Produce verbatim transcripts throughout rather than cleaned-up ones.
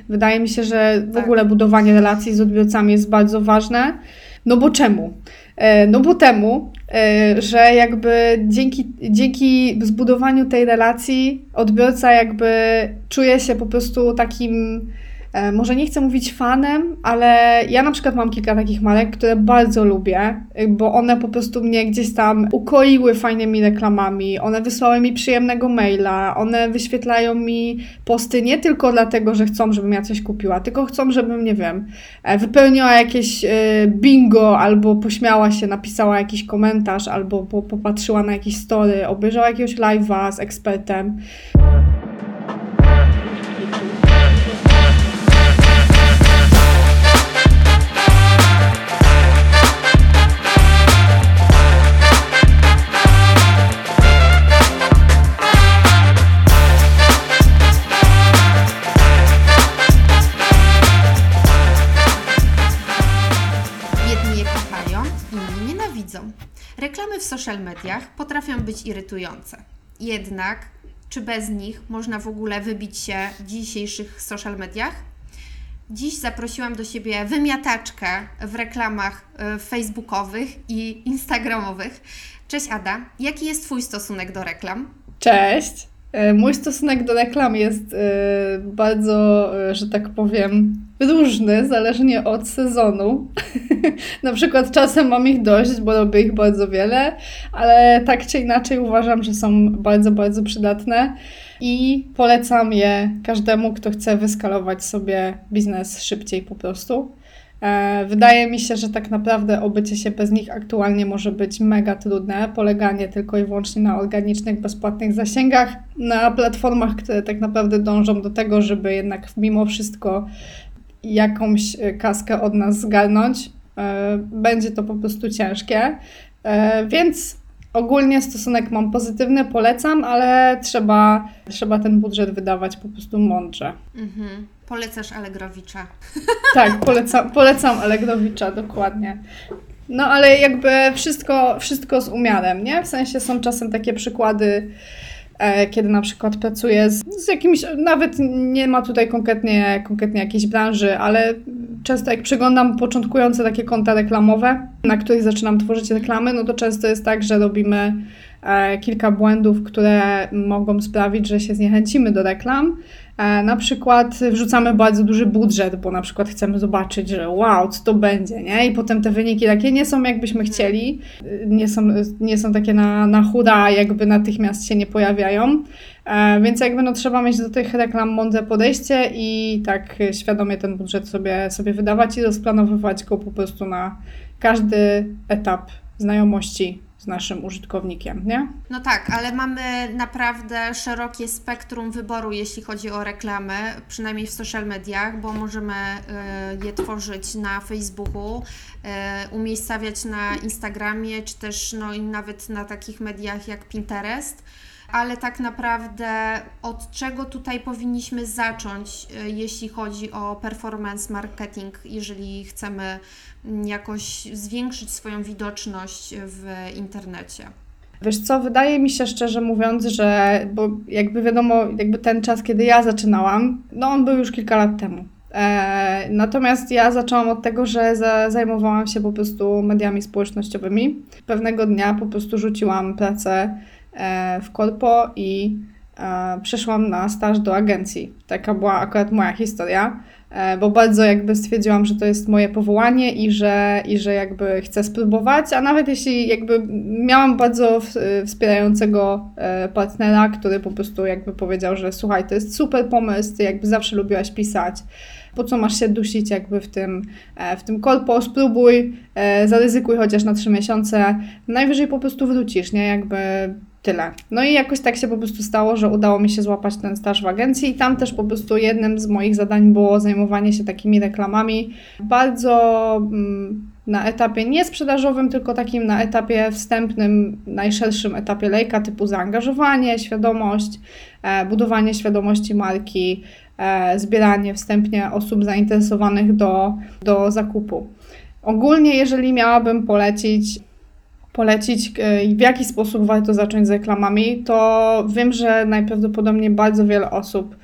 Wydaje mi się, że w Tak. ogóle budowanie relacji z odbiorcami jest bardzo ważne. No bo czemu? E, No bo temu, e, że jakby dzięki, dzięki zbudowaniu tej relacji odbiorca jakby czuje się po prostu takim, e, może nie chcę mówić fanem, ale ja na przykład mam kilka takich marek, które bardzo lubię, e, bo one po prostu mnie gdzieś tam ukoiły fajnymi reklamami, one wysłały mi przyjemnego maila, one wyświetlają mi posty nie tylko dlatego, że chcą, żebym ja coś kupiła, tylko chcą, żebym, nie wiem, e, wypełniła jakieś e, bingo, albo pośmiała się, napisała jakiś komentarz, albo po, popatrzyła na jakieś story, obejrzała jakiegoś live'a z ekspertem. Jedni je kochają, inni nienawidzą. Reklamy w social mediach potrafią być irytujące. Jednak, czy bez nich można w ogóle wybić się w dzisiejszych social mediach? Dziś zaprosiłam do siebie wymiataczkę w reklamach y, facebookowych i instagramowych. Cześć Ada, jaki jest Twój stosunek do reklam? Cześć! E, Mój stosunek do reklam jest e, bardzo, e, że tak powiem, różny, zależnie od sezonu. Na przykład czasem mam ich dość, bo robię ich bardzo wiele, ale tak czy inaczej uważam, że są bardzo, bardzo przydatne i polecam je każdemu, kto chce wyskalować sobie biznes szybciej po prostu. E, Wydaje mi się, że tak naprawdę obycie się bez nich aktualnie może być mega trudne. Poleganie tylko i wyłącznie na organicznych, bezpłatnych zasięgach, na platformach, które tak naprawdę dążą do tego, żeby jednak mimo wszystko jakąś e, kaskę od nas zgarnąć. E, Będzie to po prostu ciężkie, E, więc ogólnie stosunek mam pozytywny, polecam, ale trzeba, trzeba ten budżet wydawać po prostu mądrze. Mhm. Polecasz Allegrowicza. Tak, polecam, polecam Allegrowicza, dokładnie. No ale jakby wszystko, wszystko z umiarem, nie? W sensie są czasem takie przykłady, e, kiedy na przykład pracuję z, z jakimś, nawet nie ma tutaj konkretnie, konkretnie jakiejś branży, ale często jak przeglądam początkujące takie konta reklamowe, na których zaczynam tworzyć reklamy, no to często jest tak, że robimy e, kilka błędów, które mogą sprawić, że się zniechęcimy do reklam. E, Na przykład wrzucamy bardzo duży budżet, bo na przykład chcemy zobaczyć, że wow, co to będzie, nie? I potem te wyniki takie nie są, jakbyśmy chcieli, nie są, nie są takie na, na hura, jakby natychmiast się nie pojawiają. E, Więc jakby no trzeba mieć do tych reklam mądre podejście i tak świadomie ten budżet sobie, sobie wydawać i rozplanowywać go po prostu na każdy etap znajomości z naszym użytkownikiem, nie? No tak, ale mamy naprawdę szerokie spektrum wyboru, jeśli chodzi o reklamy, przynajmniej w social mediach, bo możemy y, je tworzyć na Facebooku, y, umiejscawiać na Instagramie, czy też no, i nawet na takich mediach jak Pinterest. Ale tak naprawdę od czego tutaj powinniśmy zacząć, y, jeśli chodzi o performance marketing, jeżeli chcemy mm, jakoś zwiększyć swoją widoczność w internecie? Wiesz co, wydaje mi się szczerze mówiąc, że bo jakby wiadomo, jakby ten czas, kiedy ja zaczynałam, no on był już kilka lat temu. E, natomiast ja zaczęłam od tego, że za, zajmowałam się po prostu mediami społecznościowymi. Pewnego dnia po prostu rzuciłam pracę e, w korpo i e, przeszłam na staż do agencji. Taka była akurat moja historia, e, bo bardzo jakby stwierdziłam, że to jest moje powołanie i że, i że jakby chcę spróbować, a nawet jeśli jakby miałam bardzo w, wspierającego e, partnera, który po prostu jakby powiedział, że słuchaj, to jest super pomysł, ty jakby zawsze lubiłaś pisać, po co masz się dusić jakby w tym, e, w tym korpo, spróbuj, e, zaryzykuj chociaż na trzy miesiące, najwyżej po prostu wrócisz, nie, jakby tyle. No i jakoś tak się po prostu stało, że udało mi się złapać ten staż w agencji i tam też po prostu jednym z moich zadań było zajmowanie się takimi reklamami bardzo mm, na etapie nie sprzedażowym, tylko takim na etapie wstępnym, najszerszym etapie lejka, typu zaangażowanie, świadomość, e, budowanie świadomości marki, e, zbieranie wstępnie osób zainteresowanych do, do zakupu. Ogólnie, jeżeli miałabym polecić polecić, w jaki sposób warto zacząć z reklamami, to wiem, że najprawdopodobniej bardzo wiele osób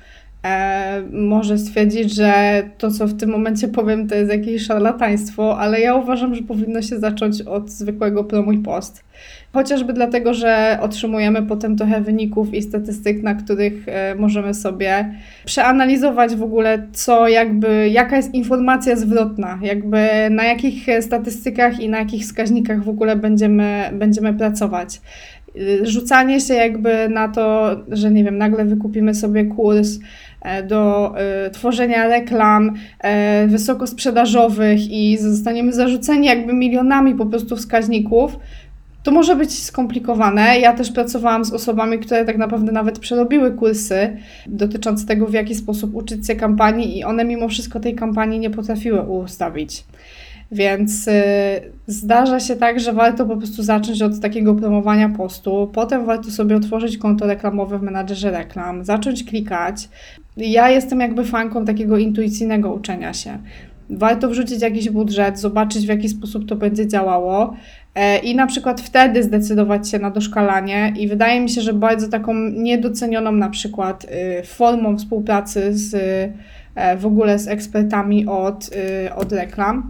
e, może stwierdzić, że to, co w tym momencie powiem, to jest jakieś szarlataństwo, ale ja uważam, że powinno się zacząć od zwykłego promuj post. Chociażby dlatego, że otrzymujemy potem trochę wyników i statystyk, na których e, możemy sobie przeanalizować w ogóle, co jakby, jaka jest informacja zwrotna, jakby na jakich statystykach i na jakich wskaźnikach w ogóle będziemy, będziemy pracować. Rzucanie się jakby na to, że nie wiem, nagle wykupimy sobie kurs do y, tworzenia reklam y, wysokosprzedażowych i zostaniemy zarzuceni jakby milionami po prostu wskaźników, to może być skomplikowane. Ja też pracowałam z osobami, które tak naprawdę nawet przerobiły kursy dotyczące tego, w jaki sposób uczyć się kampanii i one mimo wszystko tej kampanii nie potrafiły ustawić. Więc y, zdarza się tak, że warto po prostu zacząć od takiego promowania postu, potem warto sobie otworzyć konto reklamowe w menadżerze reklam, zacząć klikać. Ja jestem jakby fanką takiego intuicyjnego uczenia się. Warto wrzucić jakiś budżet, zobaczyć w jaki sposób to będzie działało e, i na przykład wtedy zdecydować się na doszkalanie i wydaje mi się, że bardzo taką niedocenioną na przykład y, formą współpracy z, y, w ogóle z ekspertami od, y, od reklam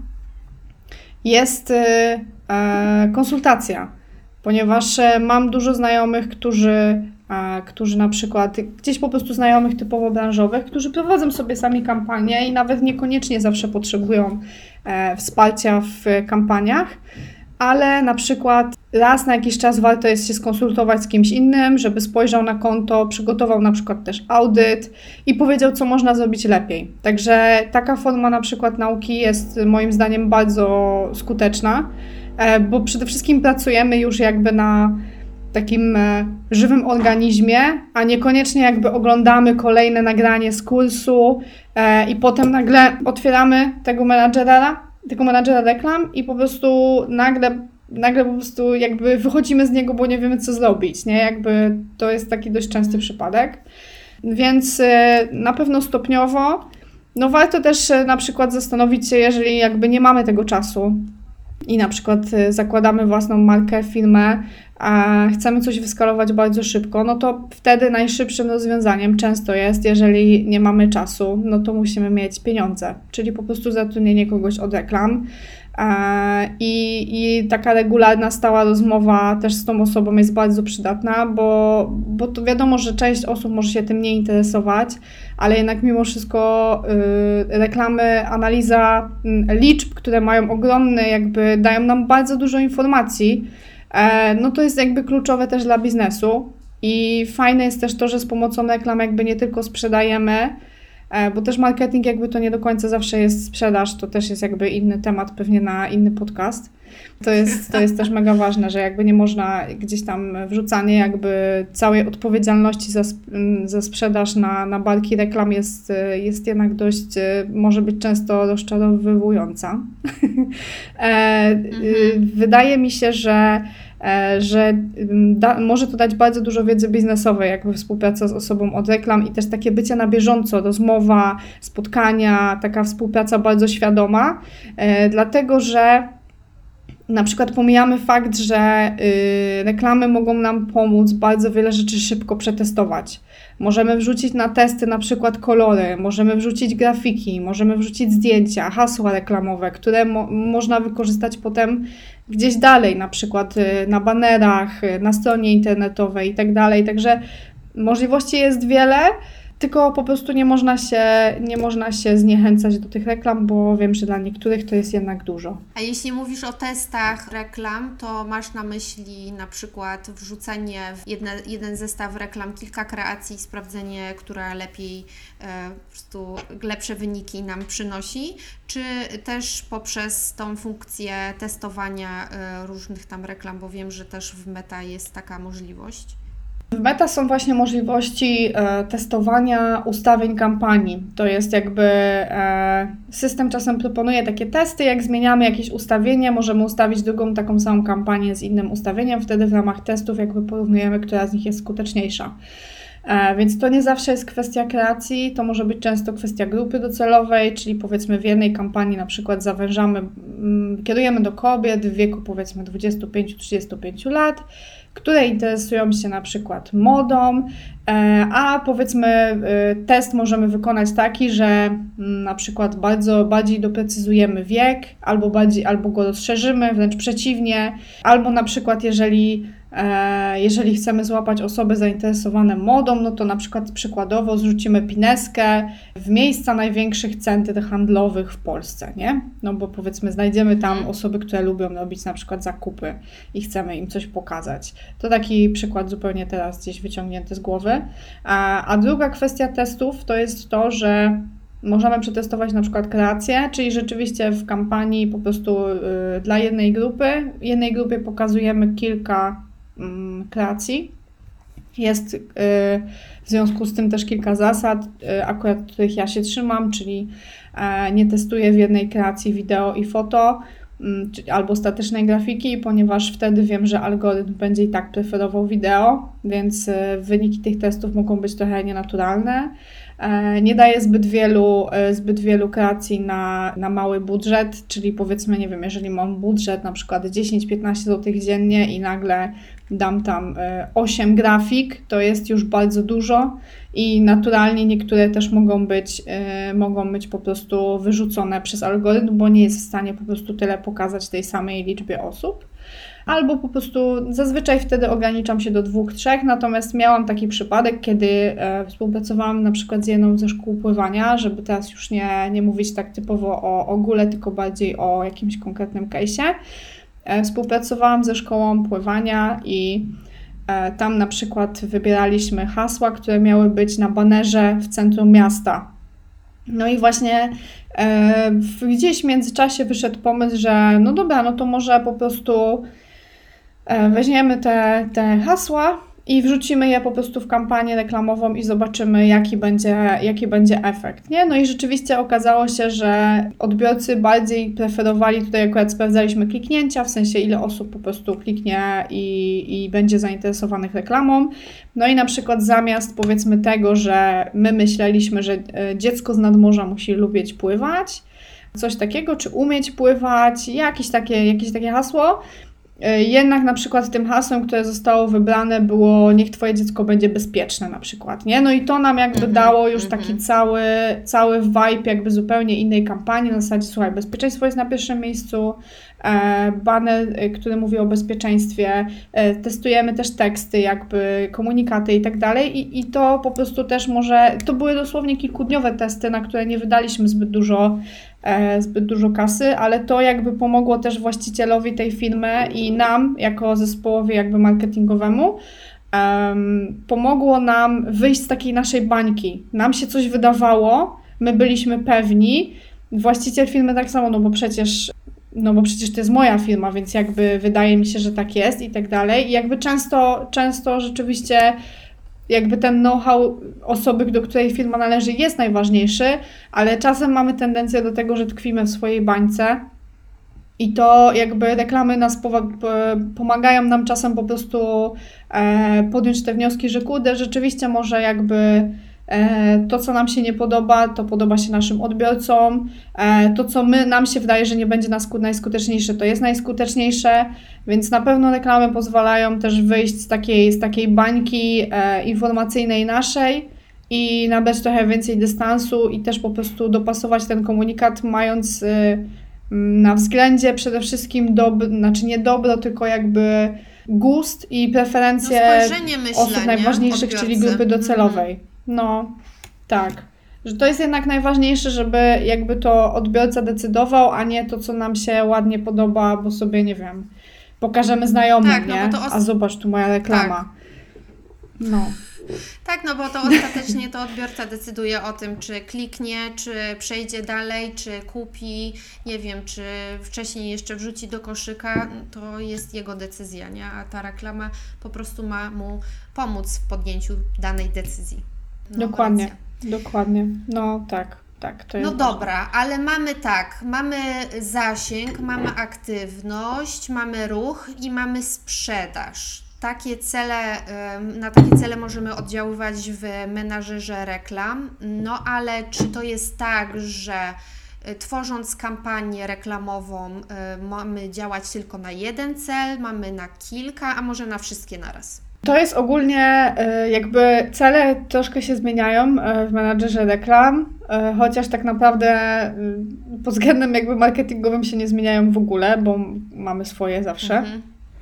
jest y, y, konsultacja, ponieważ mam dużo znajomych, którzy którzy na przykład, gdzieś po prostu znajomych typowo branżowych, którzy prowadzą sobie sami kampanię i nawet niekoniecznie zawsze potrzebują e, wsparcia w kampaniach, ale na przykład raz na jakiś czas warto jest się skonsultować z kimś innym, żeby spojrzał na konto, przygotował na przykład też audyt i powiedział, co można zrobić lepiej. Także taka forma na przykład nauki jest moim zdaniem bardzo skuteczna, e, bo przede wszystkim pracujemy już jakby na takim e, żywym organizmie, a niekoniecznie jakby oglądamy kolejne nagranie z kursu e, i potem nagle otwieramy tego menadżera, tego menadżera reklam i po prostu nagle, nagle po prostu jakby wychodzimy z niego, bo nie wiemy, co zrobić, nie? Jakby to jest taki dość częsty przypadek. Więc e, na pewno stopniowo, no warto też e, na przykład zastanowić się, jeżeli jakby nie mamy tego czasu i na przykład e, zakładamy własną markę, firmę, a chcemy coś wyskalować bardzo szybko, no to wtedy najszybszym rozwiązaniem często jest, jeżeli nie mamy czasu, no to musimy mieć pieniądze, czyli po prostu zatrudnienie kogoś od reklam i, i taka regularna, stała rozmowa też z tą osobą jest bardzo przydatna, bo, bo to wiadomo, że część osób może się tym nie interesować, ale jednak mimo wszystko y, reklamy, analiza y, liczb, które mają ogromne, jakby dają nam bardzo dużo informacji, no to jest jakby kluczowe też dla biznesu i fajne jest też to, że z pomocą reklam jakby nie tylko sprzedajemy, bo też marketing jakby to nie do końca zawsze jest sprzedaż, to też jest jakby inny temat, pewnie na inny podcast. To jest, to jest też mega ważne, że jakby nie można gdzieś tam wrzucanie jakby całej odpowiedzialności za, za sprzedaż na, na barki reklam jest, jest jednak dość, może być często rozczarowywująca. mhm. Wydaje mi się, że że da, może to dać bardzo dużo wiedzy biznesowej, jakby współpraca z osobą od reklam i też takie bycie na bieżąco, rozmowa, spotkania, taka współpraca bardzo świadoma, e, dlatego że na przykład pomijamy fakt, że y, reklamy mogą nam pomóc bardzo wiele rzeczy szybko przetestować. Możemy wrzucić na testy na przykład kolory, możemy wrzucić grafiki, możemy wrzucić zdjęcia, hasła reklamowe, które mo- można wykorzystać potem gdzieś dalej, na przykład y, na banerach, y, na stronie internetowej i tak dalej. Także możliwości jest wiele, tylko po prostu nie można się, nie można się zniechęcać do tych reklam, bo wiem, że dla niektórych to jest jednak dużo. A jeśli mówisz o testach reklam, to masz na myśli na przykład wrzucenie w jedne, jeden zestaw reklam, kilka kreacji, sprawdzenie, która lepiej, e, po prostu lepsze wyniki nam przynosi, czy też poprzez tą funkcję testowania e, różnych tam reklam, bo wiem, że też w Meta jest taka możliwość. W Meta są właśnie możliwości e, testowania ustawień kampanii. To jest jakby e, system czasem proponuje takie testy, jak zmieniamy jakieś ustawienie, możemy ustawić drugą taką samą kampanię z innym ustawieniem, wtedy w ramach testów jakby porównujemy, która z nich jest skuteczniejsza. E, więc to nie zawsze jest kwestia kreacji, to może być często kwestia grupy docelowej, czyli powiedzmy w jednej kampanii na przykład zawężamy, m, kierujemy do kobiet w wieku powiedzmy dwudziestu pięciu do trzydziestu pięciu lat, które interesują się na przykład modą, a powiedzmy test możemy wykonać taki, że na przykład bardzo bardziej doprecyzujemy wiek, albo bardziej, albo go rozszerzymy, wręcz przeciwnie, albo na przykład jeżeli jeżeli chcemy złapać osoby zainteresowane modą, no to na przykład przykładowo zrzucimy pineskę w miejsca największych center handlowych w Polsce, nie? No bo powiedzmy znajdziemy tam osoby, które lubią robić na przykład zakupy i chcemy im coś pokazać. To taki przykład zupełnie teraz gdzieś wyciągnięty z głowy. A, a druga kwestia testów to jest to, że możemy przetestować na przykład kreację, czyli rzeczywiście w kampanii po prostu y, dla jednej grupy, jednej grupie pokazujemy kilka kreacji. Jest w związku z tym też kilka zasad, akurat których ja się trzymam, czyli nie testuję w jednej kreacji wideo i foto albo statycznej grafiki, ponieważ wtedy wiem, że algorytm będzie i tak preferował wideo, więc wyniki tych testów mogą być trochę nienaturalne. Nie daję zbyt wielu, zbyt wielu kreacji na, na mały budżet, czyli powiedzmy, nie wiem, jeżeli mam budżet na przykład dziesięć do piętnastu złotych dziennie i nagle dam tam osiem grafik, to jest już bardzo dużo i naturalnie niektóre też mogą być, mogą być po prostu wyrzucone przez algorytm, bo nie jest w stanie po prostu tyle pokazać tej samej liczbie osób. Albo po prostu zazwyczaj wtedy ograniczam się do dwóch, trzech, natomiast miałam taki przypadek, kiedy e, współpracowałam na przykład z jedną ze szkół pływania, żeby teraz już nie, nie mówić tak typowo o ogóle, tylko bardziej o jakimś konkretnym case'ie. E, współpracowałam ze szkołą pływania i e, tam na przykład wybieraliśmy hasła, które miały być na banerze w centrum miasta. No i właśnie e, gdzieś w międzyczasie wyszedł pomysł, że no dobra, no to może po prostu weźmiemy te, te hasła i wrzucimy je po prostu w kampanię reklamową i zobaczymy, jaki będzie, jaki będzie efekt, nie? No i rzeczywiście okazało się, że odbiorcy bardziej preferowali, tutaj akurat sprawdzaliśmy kliknięcia, w sensie ile osób po prostu kliknie i, i będzie zainteresowanych reklamą. No i na przykład zamiast powiedzmy tego, że my myśleliśmy, że dziecko z nadmorza musi lubić pływać, coś takiego, czy umieć pływać, jakieś takie, jakieś takie hasło, jednak na przykład tym hasłem, które zostało wybrane było niech twoje dziecko będzie bezpieczne na przykład, nie? No i to nam jakby mm-hmm, dało już mm-hmm. taki cały, cały vibe jakby zupełnie innej kampanii, na zasadzie słuchaj, bezpieczeństwo jest na pierwszym miejscu, e, banner, który mówi o bezpieczeństwie, e, testujemy też teksty, jakby komunikaty i tak dalej i, i to po prostu też może, to były dosłownie kilkudniowe testy, na które nie wydaliśmy zbyt dużo zbyt dużo kasy, ale to jakby pomogło też właścicielowi tej firmy i nam, jako zespołowi jakby marketingowemu, um, pomogło nam wyjść z takiej naszej bańki. Nam się coś wydawało, my byliśmy pewni, właściciel firmy tak samo, no bo przecież no bo przecież to jest moja firma, więc jakby wydaje mi się, że tak jest i tak dalej. I jakby często, często rzeczywiście jakby ten know-how osoby, do której firma należy, jest najważniejszy, ale czasem mamy tendencję do tego, że tkwimy w swojej bańce i to jakby reklamy nas pomagają nam czasem po prostu e, podjąć te wnioski, że kurde, rzeczywiście może jakby e, to, co nam się nie podoba, to podoba się naszym odbiorcom, e, to, co my, nam się wydaje, że nie będzie nasku- najskuteczniejsze, to jest najskuteczniejsze, więc na pewno reklamy pozwalają też wyjść z takiej, z takiej bańki e, informacyjnej naszej i nabrać trochę więcej dystansu i też po prostu dopasować ten komunikat, mając e, na względzie przede wszystkim dobro, znaczy nie dobro, tylko jakby gust i preferencje no osób najważniejszych, odbiorcy. Czyli grupy docelowej. No, tak. Że to jest jednak najważniejsze, żeby jakby to odbiorca decydował, a nie to, co nam się ładnie podoba, bo sobie, nie wiem, pokażemy znajomym, tak, no nie? Bo to os- a zobacz, tu moja reklama. Tak. No. Tak, no bo to ostatecznie to odbiorca decyduje o tym, czy kliknie, czy przejdzie dalej, czy kupi, nie wiem, czy wcześniej jeszcze wrzuci do koszyka, to jest jego decyzja, nie? A ta reklama po prostu ma mu pomóc w podjęciu danej decyzji. No, dokładnie, racja. dokładnie. No tak, tak. To jest no ważne. dobra, ale mamy tak, mamy zasięg, mamy aktywność, mamy ruch i mamy sprzedaż. Takie cele, na takie cele możemy oddziaływać w menażerze reklam, no ale czy to jest tak, że tworząc kampanię reklamową, mamy działać tylko na jeden cel, mamy na kilka, a może na wszystkie naraz? To jest ogólnie jakby cele troszkę się zmieniają w menadżerze reklam, chociaż tak naprawdę pod względem jakby marketingowym się nie zmieniają w ogóle, bo mamy swoje zawsze. Mhm.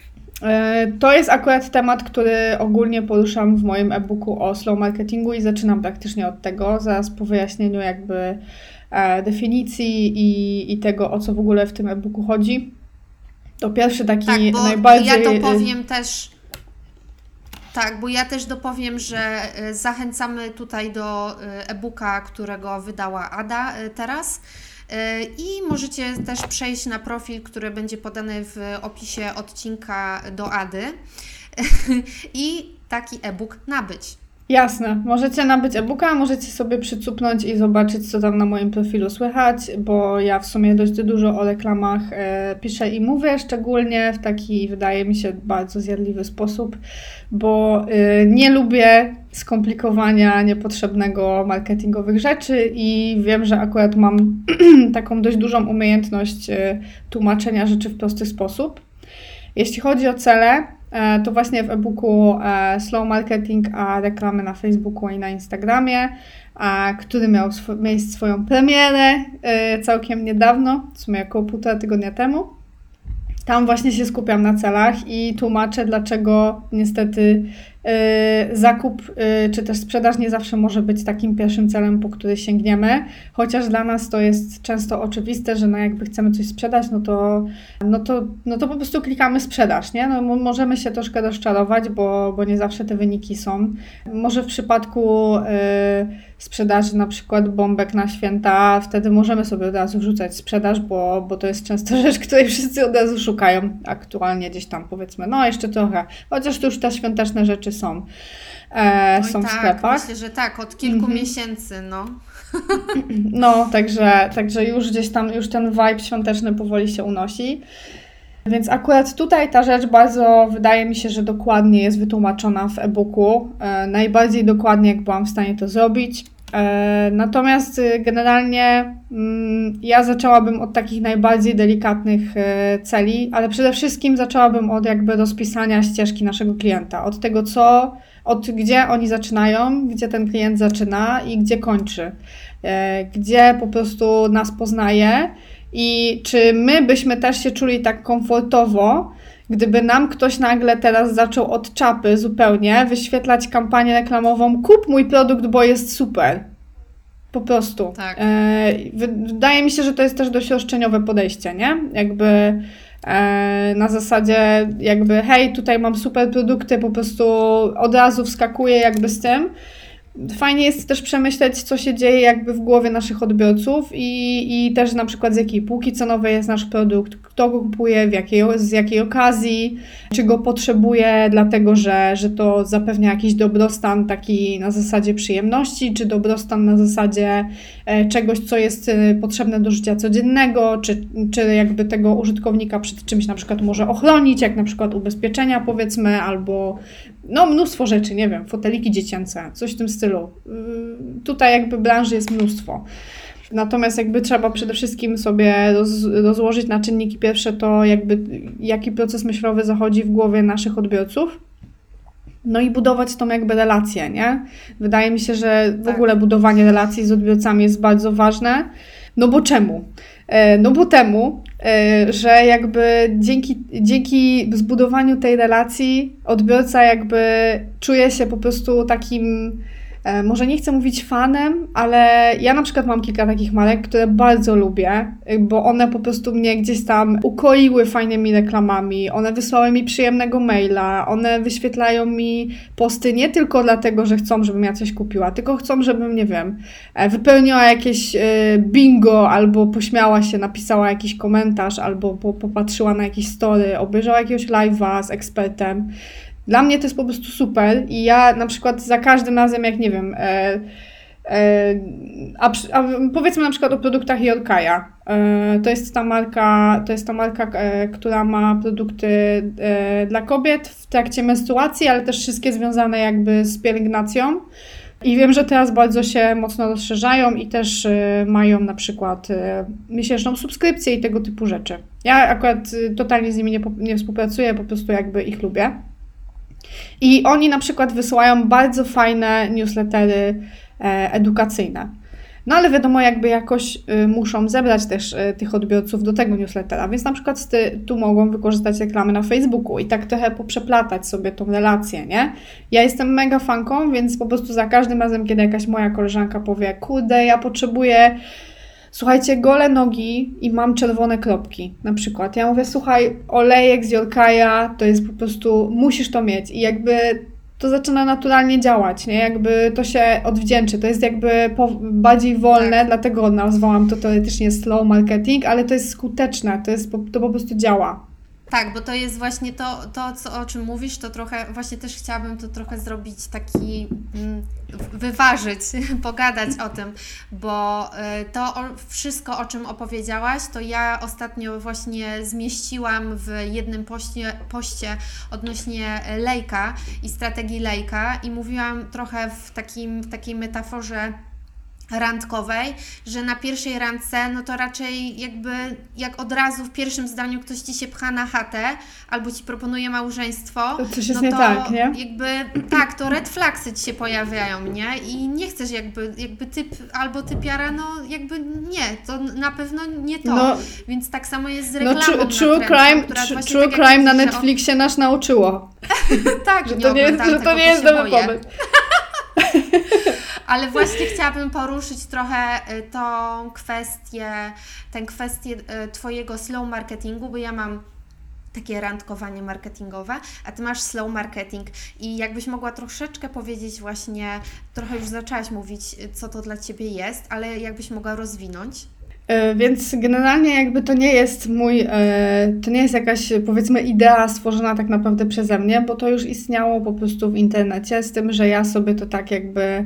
To jest akurat temat, który ogólnie poruszam w moim e-booku o slow marketingu i zaczynam praktycznie od tego, zaraz po wyjaśnieniu jakby definicji i, i tego, o co w ogóle w tym e-booku chodzi. To pierwszy taki tak, bo najbardziej... ja dopowiem też, tak, bo ja też dopowiem, że zachęcamy tutaj do e-booka, którego wydała Ada teraz. I możecie też przejść na profil, który będzie podany w opisie odcinka do Ady i taki e-book nabyć. Jasne, możecie nabyć e-booka, możecie sobie przycupnąć i zobaczyć, co tam na moim profilu słychać, bo ja w sumie dość dużo o reklamach e, piszę i mówię, szczególnie w taki, wydaje mi się, bardzo zjadliwy sposób, bo e, nie lubię skomplikowania niepotrzebnego marketingowych rzeczy i wiem, że akurat mam taką dość dużą umiejętność e, tłumaczenia rzeczy w prosty sposób. Jeśli chodzi o cele, to właśnie w e-booku Slow Marketing, a reklamy na Facebooku i na Instagramie, który miał sw- mieć swoją premierę całkiem niedawno, w sumie około półtora tygodnia temu. Tam właśnie się skupiam na celach i tłumaczę, dlaczego niestety yy, zakup yy, czy też sprzedaż nie zawsze może być takim pierwszym celem, po który sięgniemy, chociaż dla nas to jest często oczywiste, że no jakby chcemy coś sprzedać, no to, no to, no to po prostu klikamy sprzedaż, nie? No, możemy się troszkę rozczarować, bo, bo nie zawsze te wyniki są. Może w przypadku yy, sprzedaży na przykład bombek na święta, wtedy możemy sobie od razu wrzucać sprzedaż, bo, bo to jest często rzecz, której wszyscy od razu szukają aktualnie gdzieś tam, powiedzmy, no jeszcze trochę, chociaż to już te świąteczne rzeczy są, e, no są tak, w sklepach. Myślę, że tak, od kilku mm-hmm. miesięcy, no. No, także, także już gdzieś tam, już ten vibe świąteczny powoli się unosi. Więc akurat tutaj ta rzecz bardzo, wydaje mi się, że dokładnie jest wytłumaczona w e-booku. E, najbardziej dokładnie, jak byłam w stanie to zrobić. E, natomiast generalnie mm, ja zaczęłabym od takich najbardziej delikatnych e, celi, ale przede wszystkim zaczęłabym od jakby rozpisania ścieżki naszego klienta. Od tego, co, od gdzie oni zaczynają, gdzie ten klient zaczyna i gdzie kończy. E, gdzie po prostu nas poznaje. I czy my byśmy też się czuli tak komfortowo, gdyby nam ktoś nagle teraz zaczął od czapy zupełnie wyświetlać kampanię reklamową kup mój produkt, bo jest super. Po prostu. Tak. E, wydaje mi się, że to jest też dość roszczeniowe podejście, nie? Jakby e, na zasadzie jakby hej, tutaj mam super produkty, po prostu od razu wskakuję jakby z tym. Fajnie jest też przemyśleć, co się dzieje jakby w głowie naszych odbiorców i, i też na przykład z jakiej półki cenowej jest nasz produkt, kto go kupuje, w jakiej, z jakiej okazji, czy go potrzebuje dlatego, że, że to zapewnia jakiś dobrostan taki na zasadzie przyjemności, czy dobrostan na zasadzie e, czegoś, co jest e, potrzebne do życia codziennego, czy, czy jakby tego użytkownika przed czymś na przykład może ochronić, jak na przykład ubezpieczenia powiedzmy, albo no mnóstwo rzeczy, nie wiem, foteliki dziecięce, coś w tym stylu. Yy, tutaj jakby branży jest mnóstwo. Natomiast jakby trzeba przede wszystkim sobie roz, rozłożyć na czynniki pierwsze to jakby jaki proces myślowy zachodzi w głowie naszych odbiorców. No i budować tą jakby relację, nie? Wydaje mi się, że w tak. ogóle budowanie relacji z odbiorcami jest bardzo ważne. No bo czemu? No bo temu, że jakby dzięki, dzięki zbudowaniu tej relacji odbiorca jakby czuje się po prostu takim, może nie chcę mówić fanem, ale ja na przykład mam kilka takich marek, które bardzo lubię, bo one po prostu mnie gdzieś tam ukoiły fajnymi reklamami, one wysłały mi przyjemnego maila, one wyświetlają mi posty nie tylko dlatego, że chcą, żebym ja coś kupiła, tylko chcą, żebym, nie wiem, wypełniła jakieś bingo, albo pośmiała się, napisała jakiś komentarz, albo popatrzyła na jakieś story, obejrzała jakiegoś live'a z ekspertem. Dla mnie to jest po prostu super i ja na przykład za każdym razem, jak nie wiem, e, e, a, a powiedzmy na przykład o produktach Yorkaja. E, to jest ta marka, to jest ta marka, e, która ma produkty e, dla kobiet w trakcie menstruacji, ale też wszystkie związane jakby z pielęgnacją. I wiem, że teraz bardzo się mocno rozszerzają i też y, mają na przykład y, miesięczną subskrypcję i tego typu rzeczy. Ja akurat y, totalnie z nimi nie, nie współpracuję, po prostu jakby ich lubię. I oni na przykład wysyłają bardzo fajne newslettery e, edukacyjne. No ale wiadomo, jakby jakoś y, muszą zebrać też y, tych odbiorców do tego newslettera, więc na przykład ty, tu mogą wykorzystać reklamy na Facebooku i tak trochę poprzeplatać sobie tą relację, nie? Ja jestem mega fanką, więc po prostu za każdym razem, kiedy jakaś moja koleżanka powie, kurde, ja potrzebuję, słuchajcie, gole nogi i mam czerwone kropki, na przykład. Ja mówię, słuchaj, olejek z Yorkaja, to jest po prostu, musisz to mieć i jakby to zaczyna naturalnie działać, nie? Jakby to się odwdzięczy, to jest jakby po, bardziej wolne, Tak. dlatego nazwałam to teoretycznie slow marketing, ale to jest skuteczne, to, jest, po- to po prostu działa. Tak, bo to jest właśnie to, to co, o czym mówisz, to trochę, właśnie też chciałabym to trochę zrobić taki, mm, wyważyć, pogadać o tym, bo y, to o, wszystko, o czym opowiedziałaś, to ja ostatnio właśnie zmieściłam w jednym poście, poście odnośnie lejka i strategii lejka i mówiłam trochę w takim, w takiej metaforze randkowej, że na pierwszej randce, no to raczej jakby jak od razu w pierwszym zdaniu ktoś Ci się pcha na chatę albo Ci proponuje małżeństwo, To coś jest no nie to tak, nie? jakby tak, to red flagsy Ci się pojawiają, nie? I nie chcesz jakby, jakby typ albo typiara, no jakby nie, to na pewno nie to. No, Więc tak samo jest z no reklamą true, true nakrętną, crime, która true, właśnie true tak jak crime na mówisz, że Netflixie nas nauczyło, o- tak, że nie to nie jest, oglądam że to tego, nie bo jest się dobry boję. pomysł. Ale właśnie chciałabym poruszyć trochę y, tą kwestię, tę kwestię y, Twojego slow marketingu, bo ja mam takie randkowanie marketingowe, a Ty masz slow marketing i jakbyś mogła troszeczkę powiedzieć właśnie, trochę już zaczęłaś mówić, y, co to dla Ciebie jest, ale jakbyś mogła rozwinąć. E, Więc generalnie jakby to nie jest mój, e, to nie jest jakaś powiedzmy idea stworzona tak naprawdę przeze mnie, bo to już istniało po prostu w internecie, z tym, że ja sobie to tak jakby e,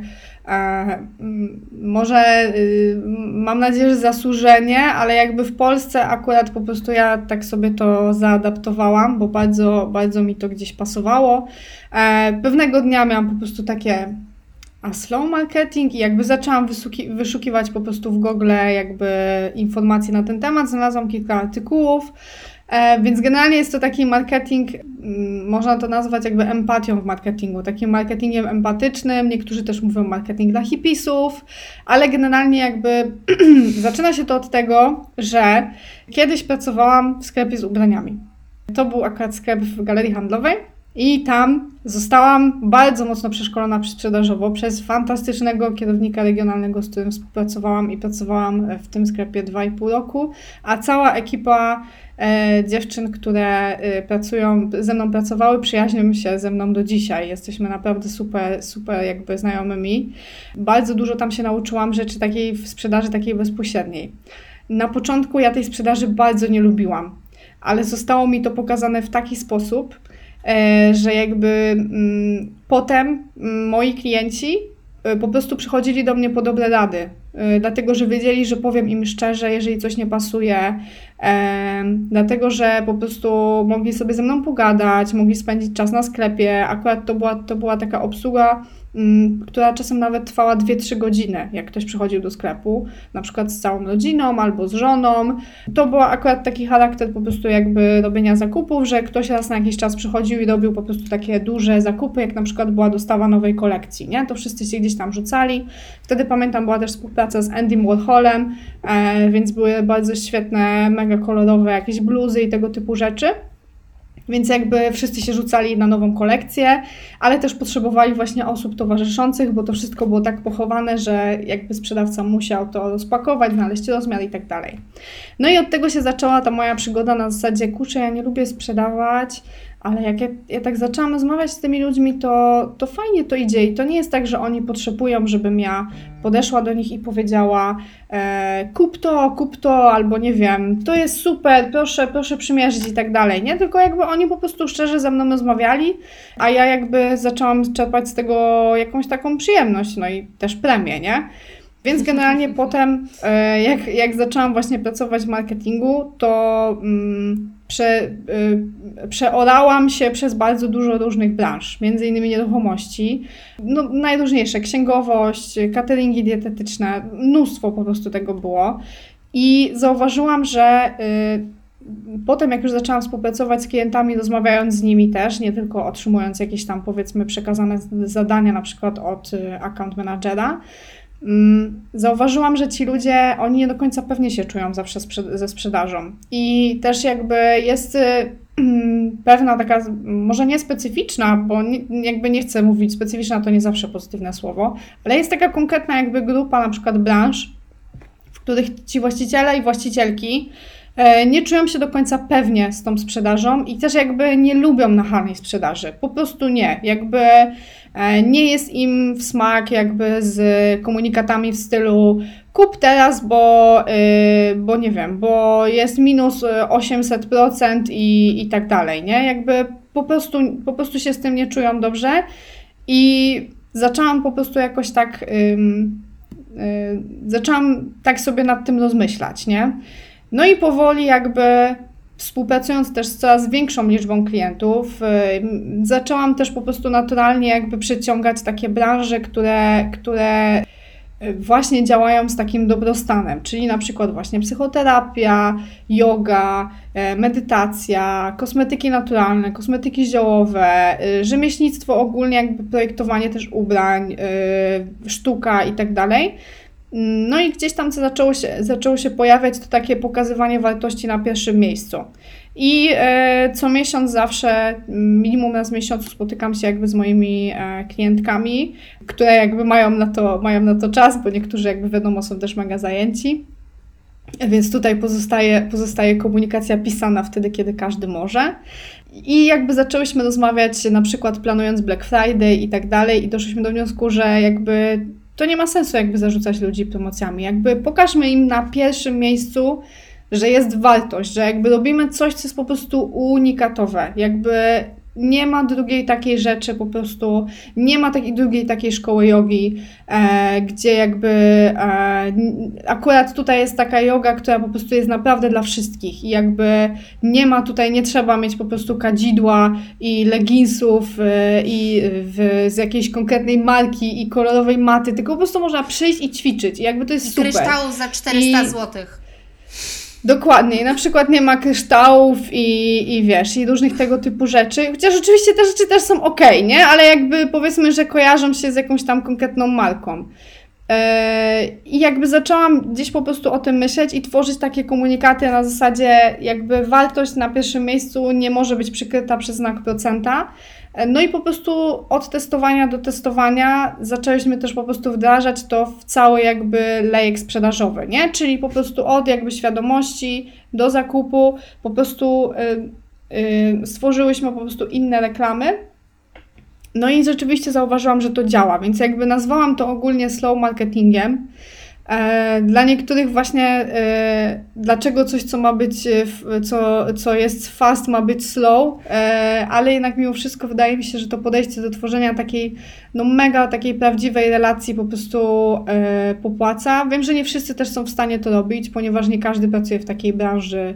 m, może y, mam nadzieję, że zasłużenie, ale jakby w Polsce akurat po prostu ja tak sobie to zaadaptowałam, bo bardzo, bardzo mi to gdzieś pasowało. E, Pewnego dnia miałam po prostu takie a slow marketing i jakby zaczęłam wysuki, wyszukiwać po prostu w Google jakby informacje na ten temat, znalazłam kilka artykułów, e, więc generalnie jest to taki marketing, mm, można to nazwać jakby empatią w marketingu, takim marketingiem empatycznym, niektórzy też mówią marketing dla hipisów, ale generalnie jakby zaczyna się to od tego, że kiedyś pracowałam w sklepie z ubraniami. To był akurat sklep w galerii handlowej. I tam zostałam bardzo mocno przeszkolona sprzedażowo przez fantastycznego kierownika regionalnego, z którym współpracowałam i pracowałam w tym sklepie dwa i pół roku, a cała ekipa e, dziewczyn, które e, pracują, ze mną pracowały, przyjaźnią się ze mną do dzisiaj. Jesteśmy naprawdę super, super jakby znajomymi. Bardzo dużo tam się nauczyłam rzeczy takiej w sprzedaży takiej bezpośredniej. Na początku ja tej sprzedaży bardzo nie lubiłam, ale zostało mi to pokazane w taki sposób, że jakby mm, potem mm, moi klienci y, po prostu przychodzili do mnie po dobre rady, y, dlatego że wiedzieli, że powiem im szczerze, jeżeli coś nie pasuje, e, dlatego że po prostu mogli sobie ze mną pogadać, mogli spędzić czas na sklepie. Akurat to była, to była taka obsługa, mm, która czasem nawet trwała dwie trzy godziny, jak ktoś przychodził do sklepu, na przykład z całą rodziną albo z żoną. To był akurat taki charakter po prostu jakby robienia zakupów, że ktoś raz na jakiś czas przychodził i robił po prostu takie duże zakupy, jak na przykład była dostawa nowej kolekcji, nie? To wszyscy się gdzieś tam rzucali. Wtedy pamiętam, była też współpraca z Andym Warholem, e, więc były bardzo świetne, mega kolorowe jakieś bluzy i tego typu rzeczy. Więc jakby wszyscy się rzucali na nową kolekcję, ale też potrzebowali właśnie osób towarzyszących, bo to wszystko było tak pochowane, że jakby sprzedawca musiał to rozpakować, znaleźć rozmiar i tak dalej. No i od tego się zaczęła ta moja przygoda na zasadzie, kurczę, ja nie lubię sprzedawać, ale jak ja, ja tak zaczęłam rozmawiać z tymi ludźmi, to, to fajnie to idzie i to nie jest tak, że oni potrzebują, żebym ja podeszła do nich i powiedziała e, kup to, kup to, albo nie wiem, to jest super, proszę, proszę przymierzyć i tak dalej, nie? Tylko jakby oni po prostu szczerze ze mną rozmawiali, a ja jakby zaczęłam czerpać z tego jakąś taką przyjemność, no i też premię, nie? Więc generalnie potem, e, jak, jak zaczęłam właśnie pracować w marketingu, to mm, prze, y, przeorałam się przez bardzo dużo różnych branż, między innymi nieruchomości, no najróżniejsze, księgowość, cateringi dietetyczne, mnóstwo po prostu tego było i zauważyłam, że y, potem jak już zaczęłam współpracować z klientami, rozmawiając z nimi też, nie tylko otrzymując jakieś tam powiedzmy przekazane zadania na przykład od y, account managera, zauważyłam, że ci ludzie, oni nie do końca pewnie się czują zawsze sprzed- ze sprzedażą i też jakby jest y, pewna taka, może nie specyficzna, bo nie, jakby nie chcę mówić, specyficzna to nie zawsze pozytywne słowo, ale jest taka konkretna jakby grupa na przykład branż, w których ci właściciele i właścicielki y, nie czują się do końca pewnie z tą sprzedażą i też jakby nie lubią nachalnej sprzedaży, po prostu nie, jakby nie jest im w smak jakby z komunikatami w stylu kup teraz, bo, yy, bo nie wiem, bo jest minus osiemset procent i, i tak dalej, nie? Jakby po prostu, po prostu się z tym nie czują dobrze i zaczęłam po prostu jakoś tak, yy, yy, zaczęłam tak sobie nad tym rozmyślać, nie? No i powoli jakby współpracując też z coraz większą liczbą klientów, yy, zaczęłam też po prostu naturalnie jakby przyciągać takie branże, które, które właśnie działają z takim dobrostanem, czyli na przykład właśnie psychoterapia, yoga, yy, medytacja, kosmetyki naturalne, kosmetyki ziołowe, yy, rzemieślnictwo ogólnie, jakby projektowanie też ubrań, yy, sztuka i tak dalej. No i gdzieś tam co zaczęło się, zaczęło się pojawiać to takie pokazywanie wartości na pierwszym miejscu. I e, co miesiąc zawsze, minimum raz w miesiącu spotykam się jakby z moimi e, klientkami, które jakby mają na to, mają na to czas, bo niektórzy jakby wiadomo są też mega zajęci. Więc tutaj pozostaje, pozostaje komunikacja pisana wtedy, kiedy każdy może. I jakby zaczęłyśmy rozmawiać na przykład planując Black Friday i tak dalej i doszliśmy do wniosku, że jakby to nie ma sensu jakby zarzucać ludzi promocjami. Jakby pokażmy im na pierwszym miejscu, że jest wartość, że jakby robimy coś, co jest po prostu unikatowe. Jakby nie ma drugiej takiej rzeczy, po prostu nie ma takiej drugiej takiej szkoły jogi, e, gdzie jakby e, akurat tutaj jest taka joga, która po prostu jest naprawdę dla wszystkich i jakby nie ma tutaj, nie trzeba mieć po prostu kadzidła i leginsów e, i w, z jakiejś konkretnej marki i kolorowej maty, tylko po prostu można przyjść i ćwiczyć i jakby to jest I super. kryształów za czterysta I... złotych. Dokładnie, i na przykład nie ma kryształów i, i wiesz, i różnych tego typu rzeczy, chociaż oczywiście te rzeczy też są okej, nie? Ale jakby powiedzmy, że kojarzą się z jakąś tam konkretną marką. Yy, I jakby zaczęłam gdzieś po prostu o tym myśleć i tworzyć takie komunikaty na zasadzie jakby wartość na pierwszym miejscu nie może być przykryta przez znak procenta. No i po prostu od testowania do testowania zaczęliśmy też po prostu wdrażać to w cały jakby lejek sprzedażowy, nie? Czyli po prostu od jakby świadomości do zakupu po prostu yy, yy, stworzyłyśmy po prostu inne reklamy. No i rzeczywiście zauważyłam, że to działa, więc jakby nazwałam to ogólnie slow marketingiem. E, dla niektórych właśnie e, dlaczego coś, co ma być, co, co jest fast, ma być slow, e, ale jednak mimo wszystko wydaje mi się, że to podejście do tworzenia takiej no mega takiej prawdziwej relacji po prostu e, popłaca. Wiem, że nie wszyscy też są w stanie to robić, ponieważ nie każdy pracuje w takiej branży,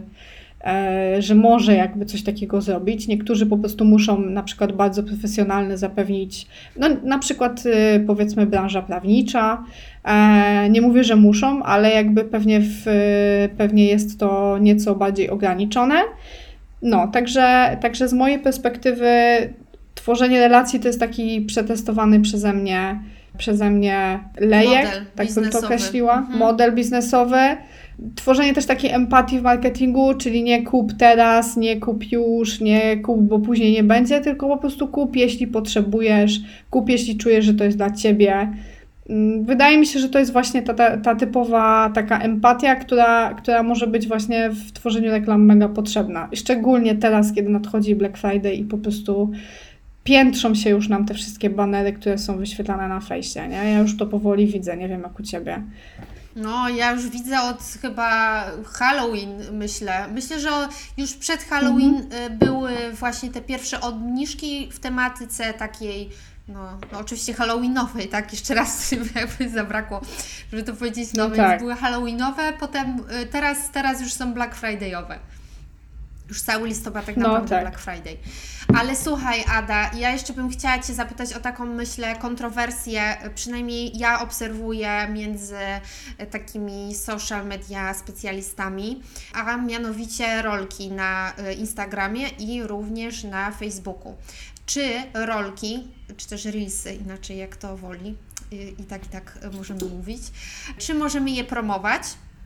że może jakby coś takiego zrobić. Niektórzy po prostu muszą na przykład bardzo profesjonalne zapewnić, no na przykład powiedzmy branża prawnicza. Nie mówię, że muszą, ale jakby pewnie, w, pewnie jest to nieco bardziej ograniczone. No, także, także z mojej perspektywy tworzenie relacji to jest taki przetestowany przeze mnie, przeze mnie lejek, model tak bym to biznesowy. określiła, Mhm. model biznesowy. Tworzenie też takiej empatii w marketingu, czyli nie kup teraz, nie kup już, nie kup, bo później nie będzie, tylko po prostu kup, jeśli potrzebujesz, kup, jeśli czujesz, że to jest dla Ciebie. Wydaje mi się, że to jest właśnie ta, ta, ta typowa taka empatia, która, która może być właśnie w tworzeniu reklam mega potrzebna. Szczególnie teraz, kiedy nadchodzi Black Friday i po prostu piętrzą się już nam te wszystkie banery, które są wyświetlane na fejsie, nie? Ja już to powoli widzę, nie wiem jak u Ciebie. No, ja już widzę od chyba Halloween, myślę. Myślę, że już przed Halloween mhm. były właśnie te pierwsze obniżki w tematyce takiej, no, no oczywiście halloweenowej, tak? Jeszcze raz jakby zabrakło, żeby to powiedzieć. No, No więc tak. były halloweenowe, potem teraz, teraz już są Black Friday'owe. Już cały listopad tak No, naprawdę tak. Black Friday. Ale słuchaj, Ada, ja jeszcze bym chciała Cię zapytać o taką, myślę, kontrowersję, przynajmniej ja obserwuję między takimi social media specjalistami, a mianowicie rolki na Instagramie i również na Facebooku. Czy rolki, czy też reelsy, inaczej jak to woli, i tak i tak możemy mówić, czy możemy je promować?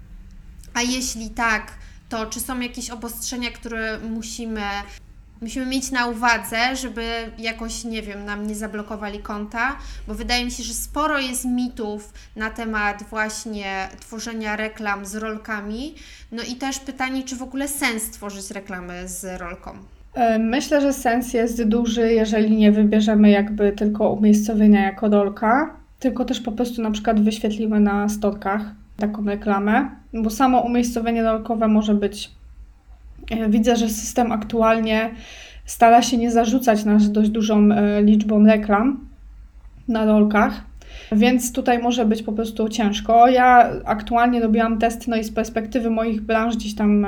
A jeśli tak, to czy są jakieś obostrzenia, które musimy, musimy mieć na uwadze, żeby jakoś, nie wiem, nam nie zablokowali konta? Bo wydaje mi się, że sporo jest mitów na temat właśnie tworzenia reklam z rolkami. No i też pytanie, czy w ogóle sens tworzyć reklamy z rolką? Myślę, że sens jest duży, jeżeli nie wybierzemy jakby tylko umiejscowienia jako rolka, tylko też po prostu na przykład wyświetlimy na storkach taką reklamę, bo samo umiejscowienie rolkowe może być... Widzę, że system aktualnie stara się nie zarzucać nas dość dużą liczbą reklam na rolkach, więc tutaj może być po prostu ciężko. Ja aktualnie robiłam test, no i z perspektywy moich branż gdzieś tam,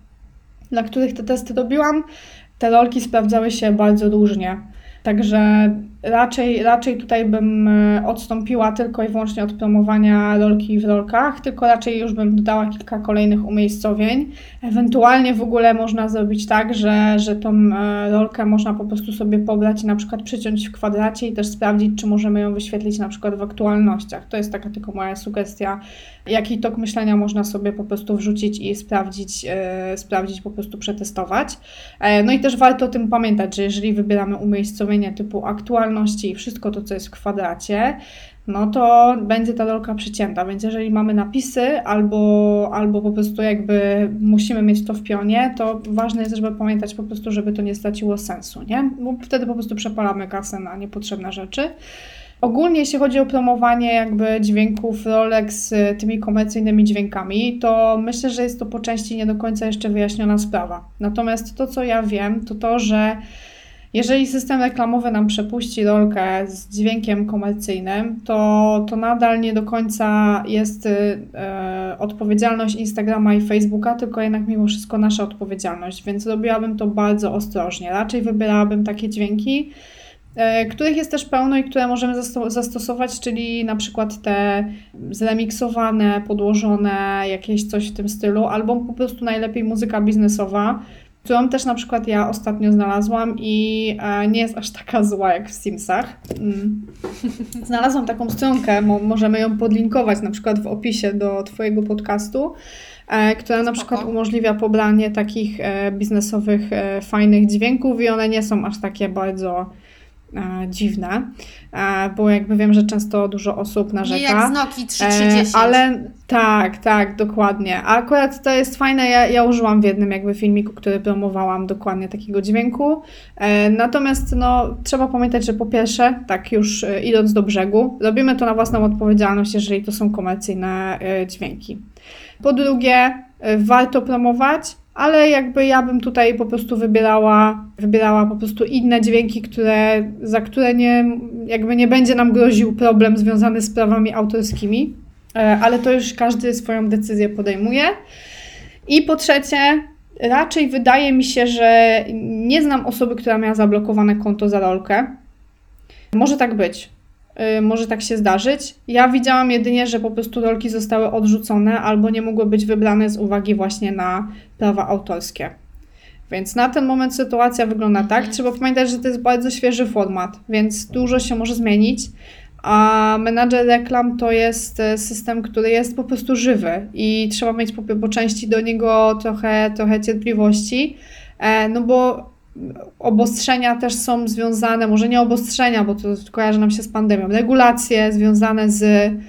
dla których te testy robiłam, te rolki sprawdzały się bardzo różnie. Także raczej, raczej tutaj bym odstąpiła tylko i wyłącznie od promowania rolki w rolkach, tylko raczej już bym dodała kilka kolejnych umiejscowień. Ewentualnie w ogóle można zrobić tak, że, że tą rolkę można po prostu sobie pobrać i na przykład przyciąć w kwadracie i też sprawdzić, czy możemy ją wyświetlić na przykład w aktualnościach. To jest taka tylko moja sugestia, jaki tok myślenia można sobie po prostu wrzucić i sprawdzić, yy, sprawdzić, po prostu przetestować. E, no i też warto o tym pamiętać, że jeżeli wybieramy umiejscowienie typu aktualności i wszystko to, co jest w kwadracie, no to będzie ta rolka przycięta, więc jeżeli mamy napisy albo, albo po prostu jakby musimy mieć to w pionie, to ważne jest, żeby pamiętać po prostu, żeby to nie straciło sensu, nie? Bo wtedy po prostu przepalamy kasę na niepotrzebne rzeczy. Ogólnie jeśli chodzi o promowanie jakby dźwięków rolek z tymi komercyjnymi dźwiękami, to myślę, że jest to po części nie do końca jeszcze wyjaśniona sprawa. Natomiast to, co ja wiem, to to, że jeżeli system reklamowy nam przepuści rolkę z dźwiękiem komercyjnym, to, to nadal nie do końca jest e, odpowiedzialność Instagrama i Facebooka, tylko jednak mimo wszystko nasza odpowiedzialność, więc robiłabym to bardzo ostrożnie. Raczej wybierałabym takie dźwięki, e, których jest też pełno i które możemy zasto- zastosować, czyli na przykład te zremiksowane, podłożone, jakieś coś w tym stylu, albo po prostu najlepiej muzyka biznesowa, którą też na przykład ja ostatnio znalazłam i e, nie jest aż taka zła jak w Simsach. Mm. Znalazłam taką stronkę, mo- możemy ją podlinkować na przykład w opisie do Twojego podcastu, e, która na Spoko. przykład umożliwia pobranie takich e, biznesowych, e, fajnych dźwięków i one nie są aż takie bardzo e, dziwne, e, bo jakby wiem, że często dużo osób narzeka. Nie jak z Nokii trzy trzydzieści. E, ale tak, tak, dokładnie. A akurat to jest fajne, ja, ja użyłam w jednym jakby filmiku, który promowałam dokładnie takiego dźwięku. E, natomiast no, trzeba pamiętać, że po pierwsze, tak już e, idąc do brzegu, robimy to na własną odpowiedzialność, jeżeli to są komercyjne e, dźwięki. Po drugie, e, warto promować, ale jakby ja bym tutaj po prostu wybierała, wybierała po prostu inne dźwięki, które, za które nie, jakby nie będzie nam groził problem związany z prawami autorskimi, ale to już każdy swoją decyzję podejmuje. I po trzecie, raczej wydaje mi się, że nie znam osoby, która miała zablokowane konto za rolkę. Może tak być. Może tak się zdarzyć. Ja widziałam jedynie, że po prostu rolki zostały odrzucone albo nie mogły być wybrane z uwagi właśnie na prawa autorskie. Więc na ten moment sytuacja wygląda tak. Trzeba pamiętać, że to jest bardzo świeży format, więc dużo się może zmienić. A menadżer reklam to jest system, który jest po prostu żywy i trzeba mieć po, po części do niego trochę, trochę cierpliwości, no bo obostrzenia też są związane, może nie obostrzenia, bo to kojarzy nam się z pandemią, regulacje związane z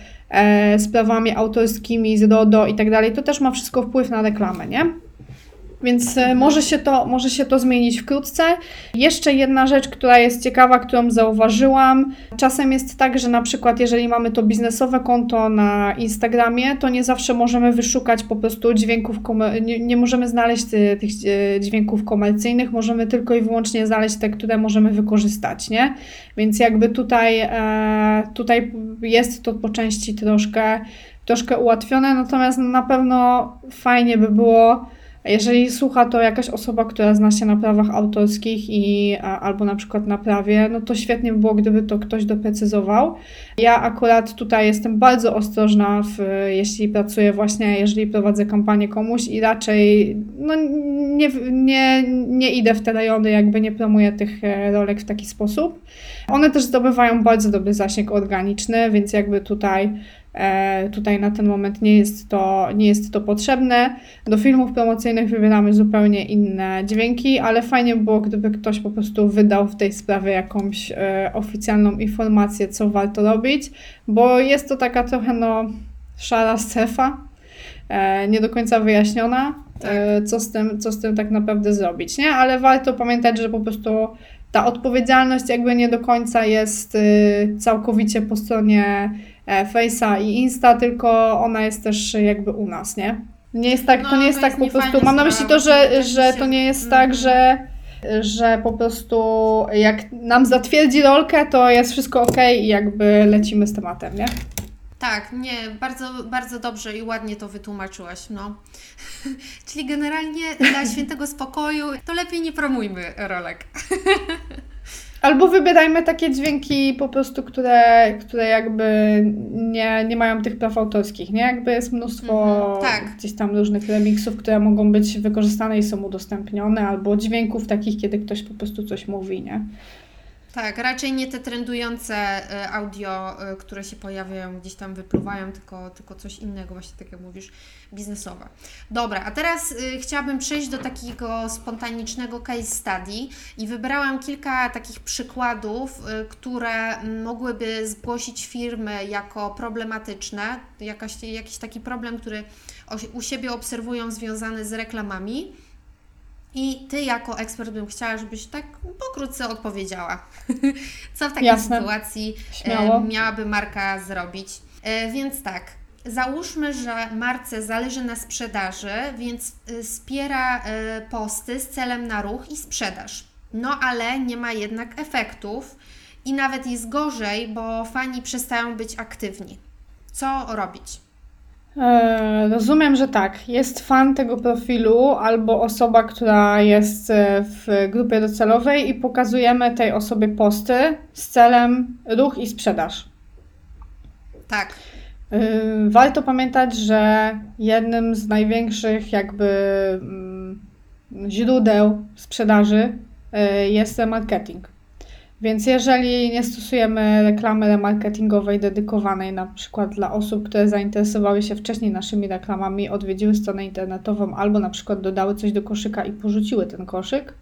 e, sprawami autorskimi, z RODO i tak dalej, to też ma wszystko wpływ na reklamę, nie? Więc e, może się to, może się to zmienić wkrótce. Jeszcze jedna rzecz, która jest ciekawa, którą zauważyłam. Czasem jest tak, że na przykład jeżeli mamy to biznesowe konto na Instagramie, to nie zawsze możemy wyszukać po prostu dźwięków, komer- nie, nie możemy znaleźć ty, tych e, dźwięków komercyjnych, możemy tylko i wyłącznie znaleźć te, które możemy wykorzystać, nie? Więc jakby tutaj, e, tutaj jest to po części troszkę, troszkę ułatwione, natomiast na pewno fajnie by było Jeżeli słucha to jakaś osoba, która zna się na prawach autorskich i a, albo na przykład na prawie, no to świetnie by było, gdyby to ktoś doprecyzował. Ja akurat tutaj jestem bardzo ostrożna, w, jeśli pracuję właśnie, jeżeli prowadzę kampanię komuś i raczej no, nie, nie, nie idę w te rejony, jakby nie promuję tych e, rolek w taki sposób. One też zdobywają bardzo dobry zasięg organiczny, więc jakby tutaj E, tutaj na ten moment nie jest to, nie jest to potrzebne. Do filmów promocyjnych wybieramy zupełnie inne dźwięki, ale fajnie było, gdyby ktoś po prostu wydał w tej sprawie jakąś e, oficjalną informację, co warto robić, bo jest to taka trochę no szara strefa, e, nie do końca wyjaśniona, e, co z tym, co z tym tak naprawdę zrobić, nie? Ale warto pamiętać, że po prostu ta odpowiedzialność jakby nie do końca jest y, całkowicie po stronie e, Face'a i Insta, tylko ona jest też jakby u nas, nie? Nie jest tak, No, to nie jest to tak jest po prostu, niefajna mam na myśli to, sprawa, że, tak że się- to nie jest Mhm. tak, że, że po prostu jak nam zatwierdzi rolkę, to jest wszystko okej i jakby lecimy z tematem, nie? Tak, nie, bardzo, bardzo dobrze i ładnie to wytłumaczyłaś, no. Czyli generalnie dla świętego spokoju to lepiej nie promujmy rolek. Albo wybierajmy takie dźwięki po prostu, które, które jakby nie, nie mają tych praw autorskich, nie? Jakby jest mnóstwo Mhm, tak. gdzieś tam różnych remixów, które mogą być wykorzystane i są udostępnione, albo dźwięków takich, kiedy ktoś po prostu coś mówi, nie? Tak, raczej nie te trendujące y, audio, y, które się pojawiają, gdzieś tam wypływają, tylko, tylko coś innego, właśnie tak jak mówisz, biznesowe. Dobra, a teraz y, chciałabym przejść do takiego spontanicznego case study i wybrałam kilka takich przykładów, y, które mm, mogłyby zgłosić firmy jako problematyczne, jakaś, jakiś taki problem, który o, u siebie obserwują związany z reklamami. I Ty jako ekspert bym chciała, żebyś tak pokrótce odpowiedziała. Co w takiej Jasne. sytuacji Śmiało. e, miałaby marka zrobić? E, więc tak, załóżmy, że marce zależy na sprzedaży, więc e, wspiera e, posty z celem na ruch i sprzedaż. No ale nie ma jednak efektów i nawet jest gorzej, bo fani przestają być aktywni. Co robić? E, rozumiem, że tak. Jest fan tego profilu albo osoba, która jest e, w grupie docelowej i pokazujemy tej osobie posty z celem ruch i sprzedaż. Tak. E, warto pamiętać, że jednym z największych jakby mm, źródeł sprzedaży e, jest marketing. Więc jeżeli nie stosujemy reklamy remarketingowej dedykowanej na przykład dla osób, które zainteresowały się wcześniej naszymi reklamami, odwiedziły stronę internetową albo na przykład dodały coś do koszyka i porzuciły ten koszyk,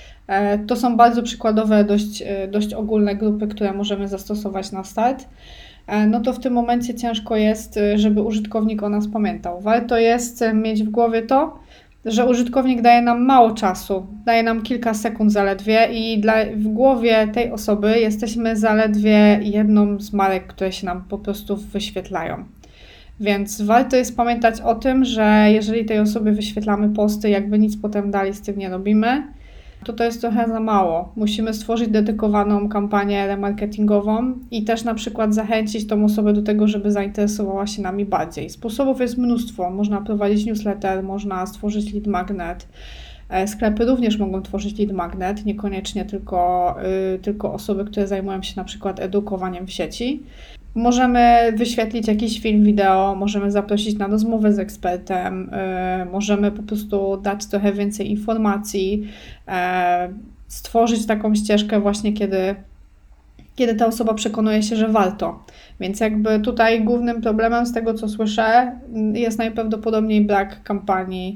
e, to są bardzo przykładowe, dość, e, dość ogólne grupy, które możemy zastosować na start. E, No to w tym momencie ciężko jest, e, żeby użytkownik o nas pamiętał. Warto jest e, mieć w głowie to, że użytkownik daje nam mało czasu, daje nam kilka sekund zaledwie i dla, w głowie tej osoby jesteśmy zaledwie jedną z marek, które się nam po prostu wyświetlają. Więc warto jest pamiętać o tym, że jeżeli tej osobie wyświetlamy posty, jakby nic potem dalej z tym nie robimy, to to jest trochę za mało. Musimy stworzyć dedykowaną kampanię remarketingową i też na przykład zachęcić tą osobę do tego, żeby zainteresowała się nami bardziej. Sposobów jest mnóstwo. Można prowadzić newsletter, można stworzyć lead magnet. E, Sklepy również mogą tworzyć lead magnet, niekoniecznie tylko, y, tylko osoby, które zajmują się na przykład edukowaniem w sieci. Możemy wyświetlić jakiś film wideo, możemy zaprosić na rozmowę z ekspertem, y, możemy po prostu dać trochę więcej informacji, e, stworzyć taką ścieżkę właśnie, kiedy, kiedy ta osoba przekonuje się, że warto. Więc jakby tutaj głównym problemem z tego, co słyszę, jest najprawdopodobniej brak kampanii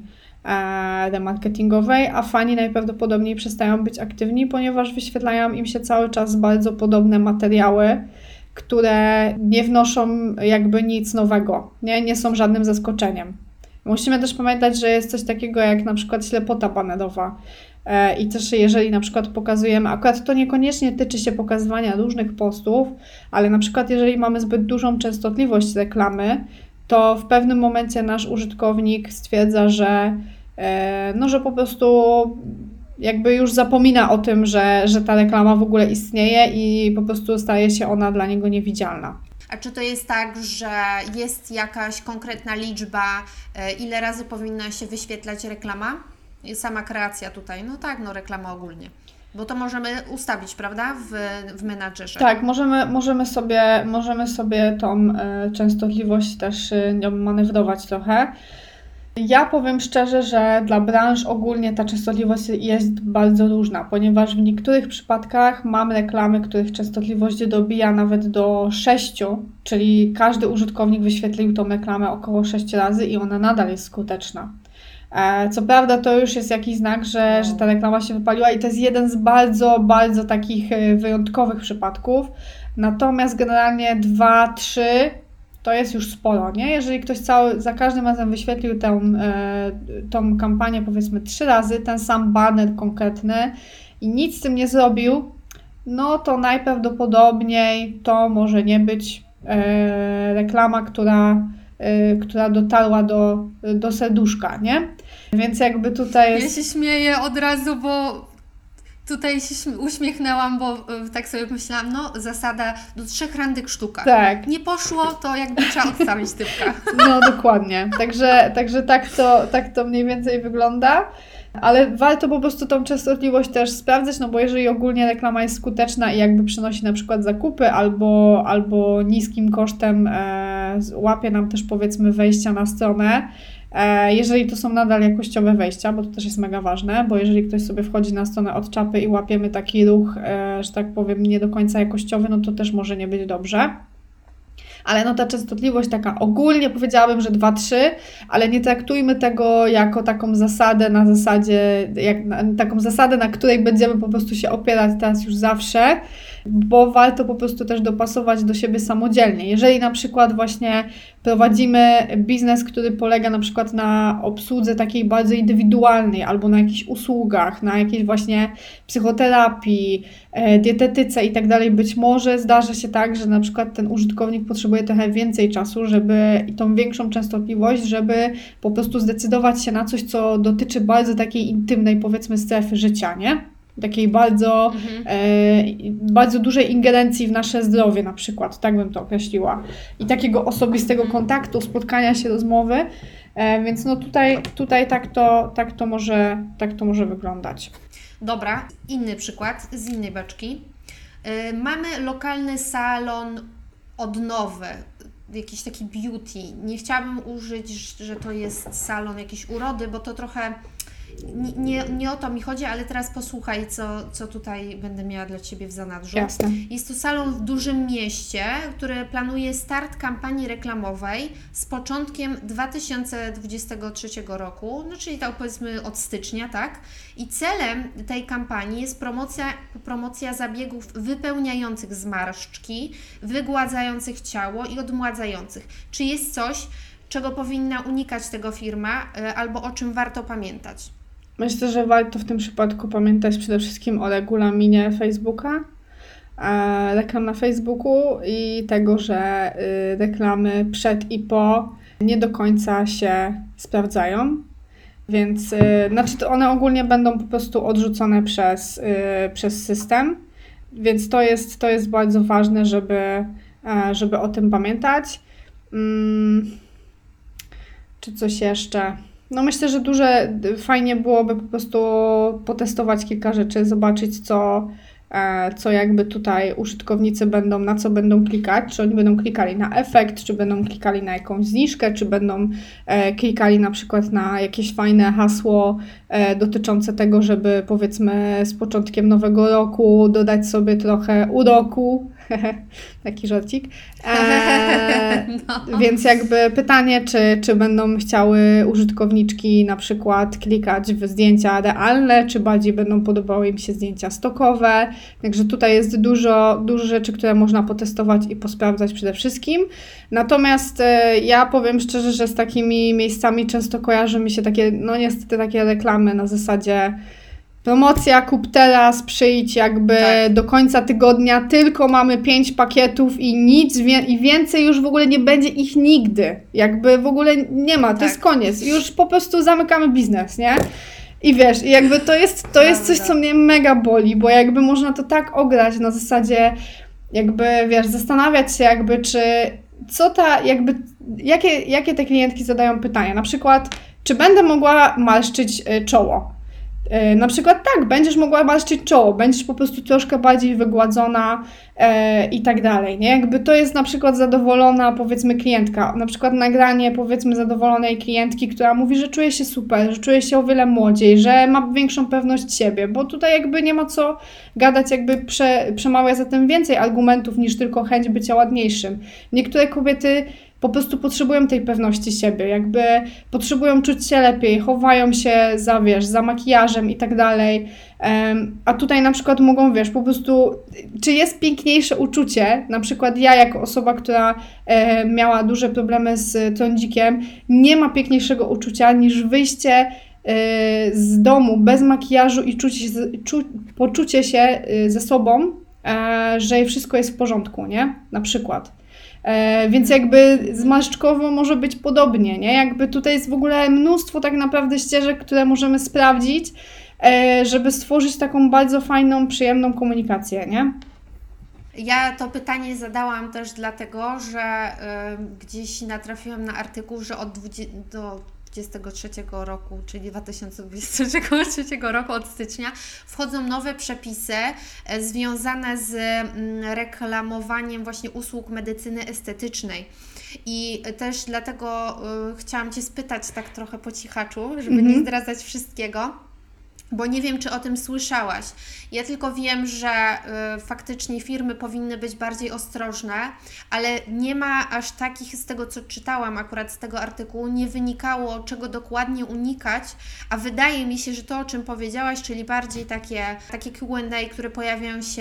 e, remarketingowej, a fani najprawdopodobniej przestają być aktywni, ponieważ wyświetlają im się cały czas bardzo podobne materiały, które nie wnoszą jakby nic nowego, nie, nie są żadnym zaskoczeniem. Musimy też pamiętać, że jest coś takiego jak na przykład ślepota banerowa. E, I też jeżeli na przykład pokazujemy, akurat to niekoniecznie tyczy się pokazywania różnych postów, ale na przykład jeżeli mamy zbyt dużą częstotliwość reklamy, to w pewnym momencie nasz użytkownik stwierdza, że, e, no, że po prostu jakby już zapomina o tym, że, że ta reklama w ogóle istnieje i po prostu staje się ona dla niego niewidzialna. A czy to jest tak, że jest jakaś konkretna liczba, e, ile razy powinna się wyświetlać reklama? I sama kreacja tutaj, no tak, no reklama ogólnie. Bo to możemy ustawić, prawda, w, w menadżerze. Tak, możemy, możemy, sobie, możemy sobie tą y, częstotliwość też y, nią manewrować trochę. Ja powiem szczerze, że dla branż ogólnie ta częstotliwość jest bardzo różna, ponieważ w niektórych przypadkach mamy reklamy, których częstotliwość dobija nawet do sześciu, czyli każdy użytkownik wyświetlił tą reklamę około sześć razy i ona nadal jest skuteczna. Co prawda to już jest jakiś znak, że, że ta reklama się wypaliła i to jest jeden z bardzo, bardzo takich wyjątkowych przypadków. Natomiast generalnie dwa, trzy to jest już sporo, nie? Jeżeli ktoś cały, za każdym razem wyświetlił tę, tą kampanię powiedzmy trzy razy, ten sam baner konkretny i nic z tym nie zrobił, no to najprawdopodobniej to może nie być reklama, która która dotarła do, do serduszka, nie? Więc jakby tutaj jest... Ja się śmieję od razu, bo tutaj się uśmiechnęłam, bo tak sobie myślałam, no zasada do trzech randek sztuka. Tak. Nie poszło, to jakby trzeba odstawić typka. No dokładnie. Także, także tak, to, tak to mniej więcej wygląda. Ale warto po prostu tą częstotliwość też sprawdzać, no bo jeżeli ogólnie reklama jest skuteczna i jakby przynosi na przykład zakupy albo, albo niskim kosztem e, łapie nam też powiedzmy wejścia na stronę, e, jeżeli to są nadal jakościowe wejścia, bo to też jest mega ważne, bo jeżeli ktoś sobie wchodzi na stronę od czapy i łapiemy taki ruch, e, że tak powiem nie do końca jakościowy, no to też może nie być dobrze. Ale no ta częstotliwość taka ogólnie powiedziałabym, że dwa trzy, ale nie traktujmy tego jako taką zasadę na zasadzie, jak na, taką zasadę, na której będziemy po prostu się opierać teraz już zawsze, bo warto po prostu też dopasować do siebie samodzielnie. Jeżeli na przykład właśnie prowadzimy biznes, który polega na przykład na obsłudze takiej bardzo indywidualnej albo na jakichś usługach, na jakiejś właśnie psychoterapii, e, dietetyce i tak dalej, być może zdarzy się tak, że na przykład ten użytkownik potrzebuje trochę więcej czasu, żeby i tą większą częstotliwość, żeby po prostu zdecydować się na coś, co dotyczy bardzo takiej intymnej, powiedzmy, strefy życia, nie? Takiej bardzo, mhm. e, bardzo dużej ingerencji w nasze zdrowie na przykład, tak bym to określiła. I takiego osobistego kontaktu, spotkania się, rozmowy, e, więc no tutaj, tutaj tak, to, tak, to może, tak to może wyglądać. Dobra, inny przykład z innej beczki. Yy, mamy lokalny salon odnowy, jakiś taki beauty. Nie chciałabym użyć, że to jest salon jakiejś urody, bo to trochę... Nie, nie o to mi chodzi, ale teraz posłuchaj, co, co tutaj będę miała dla Ciebie w zanadrzu. Jasne. Jest to salon w dużym mieście, który planuje start kampanii reklamowej z początkiem dwa tysiące dwudziestego trzeciego roku, no czyli tak powiedzmy od stycznia, tak? I celem tej kampanii jest promocja, promocja zabiegów wypełniających zmarszczki, wygładzających ciało i odmładzających. Czy jest coś, czego powinna unikać tego firma, albo o czym warto pamiętać? Myślę, że warto w tym przypadku pamiętać przede wszystkim o regulaminie Facebooka, e, reklam na Facebooku i tego, że y, reklamy przed i po nie do końca się sprawdzają. Więc y, znaczy to one ogólnie będą po prostu odrzucone przez, y, przez system, więc to jest, to jest bardzo ważne, żeby, e, żeby o tym pamiętać. Mm. Czy coś jeszcze? No myślę, że duże, fajnie byłoby po prostu potestować kilka rzeczy, zobaczyć co, co jakby tutaj użytkownicy będą, na co będą klikać, czy oni będą klikali na efekt, czy będą klikali na jakąś zniżkę, czy będą klikali na przykład na jakieś fajne hasło dotyczące tego, żeby powiedzmy z początkiem nowego roku dodać sobie trochę uroku. Taki żarcik. Eee, no. Więc jakby pytanie, czy, czy będą chciały użytkowniczki na przykład klikać w zdjęcia realne, czy bardziej będą podobały im się zdjęcia stokowe. Także tutaj jest dużo, dużo rzeczy, które można potestować i posprawdzać przede wszystkim. Natomiast e, ja powiem szczerze, że z takimi miejscami często kojarzy mi się takie, no niestety takie reklamy na zasadzie promocja, kup teraz, przyjdź jakby tak. do końca tygodnia, tylko mamy pięć pakietów i nic wie- i więcej już w ogóle nie będzie ich nigdy. Jakby w ogóle nie ma, to tak. jest koniec. Już po prostu zamykamy biznes, nie? I wiesz, jakby to jest, to jest coś, co mnie mega boli, bo jakby można to tak ograć na zasadzie jakby, wiesz, zastanawiać się jakby, czy co ta, jakby, jakie, jakie te klientki zadają pytania, na przykład, czy będę mogła marszczyć y, czoło? Y, Na przykład tak, będziesz mogła marszczyć czoło, będziesz po prostu troszkę bardziej wygładzona e, i tak dalej, nie? Jakby to jest na przykład zadowolona, powiedzmy, klientka, na przykład nagranie, powiedzmy, zadowolonej klientki, która mówi, że czuje się super, że czuje się o wiele młodziej, że ma większą pewność siebie, bo tutaj jakby nie ma co gadać, jakby prze, przemawia za tym więcej argumentów niż tylko chęć bycia ładniejszym. Niektóre kobiety po prostu potrzebują tej pewności siebie, jakby potrzebują czuć się lepiej, chowają się za, wiesz, za makijażem i tak dalej, Em, a tutaj na przykład mogą, wiesz, po prostu, czy jest piękniejsze uczucie, na przykład ja jako osoba, która e, miała duże problemy z trądzikiem, nie ma piękniejszego uczucia niż wyjście e, z domu bez makijażu i czucie, się- czu, poczucie się e, ze sobą, e, że wszystko jest w porządku, nie? Na przykład. E, więc jakby z maszczkową może być podobnie, nie? Jakby tutaj jest w ogóle mnóstwo tak naprawdę ścieżek, które możemy sprawdzić, e, żeby stworzyć taką bardzo fajną, przyjemną komunikację, nie? Ja to pytanie zadałam też dlatego, że y, gdzieś natrafiłam na artykuł, że od dwudziestego do dwudziestego trzeciego roku, czyli dwa tysiące dwudziestego trzeciego roku od stycznia, wchodzą nowe przepisy e, związane z mm, reklamowaniem właśnie usług medycyny estetycznej. I też dlatego y, chciałam Cię spytać tak trochę po cichaczu, żeby nie zdradzać wszystkiego. Bo nie wiem, czy o tym słyszałaś. Ja tylko wiem, że y, faktycznie firmy powinny być bardziej ostrożne, ale nie ma aż takich, z tego co czytałam akurat z tego artykułu, nie wynikało, czego dokładnie unikać, a wydaje mi się, że to, o czym powiedziałaś, czyli bardziej takie, takie Q and A, które pojawiają się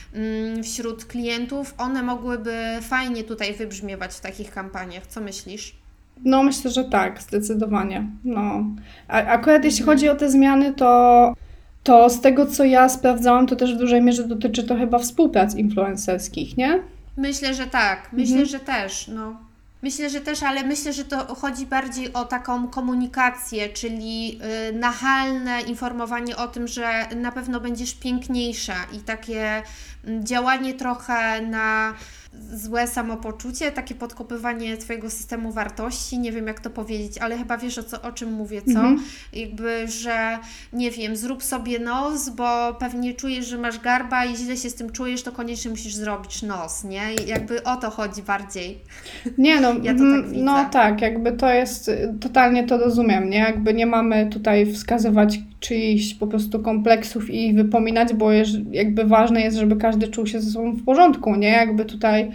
mm, wśród klientów, one mogłyby fajnie tutaj wybrzmiewać w takich kampaniach. Co myślisz? No myślę, że tak, zdecydowanie. No. A, akurat jeśli chodzi o te zmiany, to, to z tego, co ja sprawdzałam, to też w dużej mierze dotyczy to chyba współprac influencerskich, nie? Myślę, że tak. Myślę, że też. No. Myślę, że też, ale myślę, że to chodzi bardziej o taką komunikację, czyli y, nachalne informowanie o tym, że na pewno będziesz piękniejsza i takie mm, działanie trochę na złe samopoczucie, takie podkopywanie Twojego systemu wartości, nie wiem jak to powiedzieć, ale chyba wiesz o, co, o czym mówię, co? Mhm. Jakby, że nie wiem, zrób sobie nos, bo pewnie czujesz, że masz garba i źle się z tym czujesz, to koniecznie musisz zrobić nos, nie? I jakby o to chodzi bardziej. Nie no, Ja to tak mm, widzę. no tak, jakby to jest, y, totalnie to rozumiem, nie? Jakby nie mamy tutaj wskazywać czyichś po prostu kompleksów i ich wypominać, bo jeż- jakby ważne jest, żeby każdy czuł się ze sobą w porządku, nie? Jakby tutaj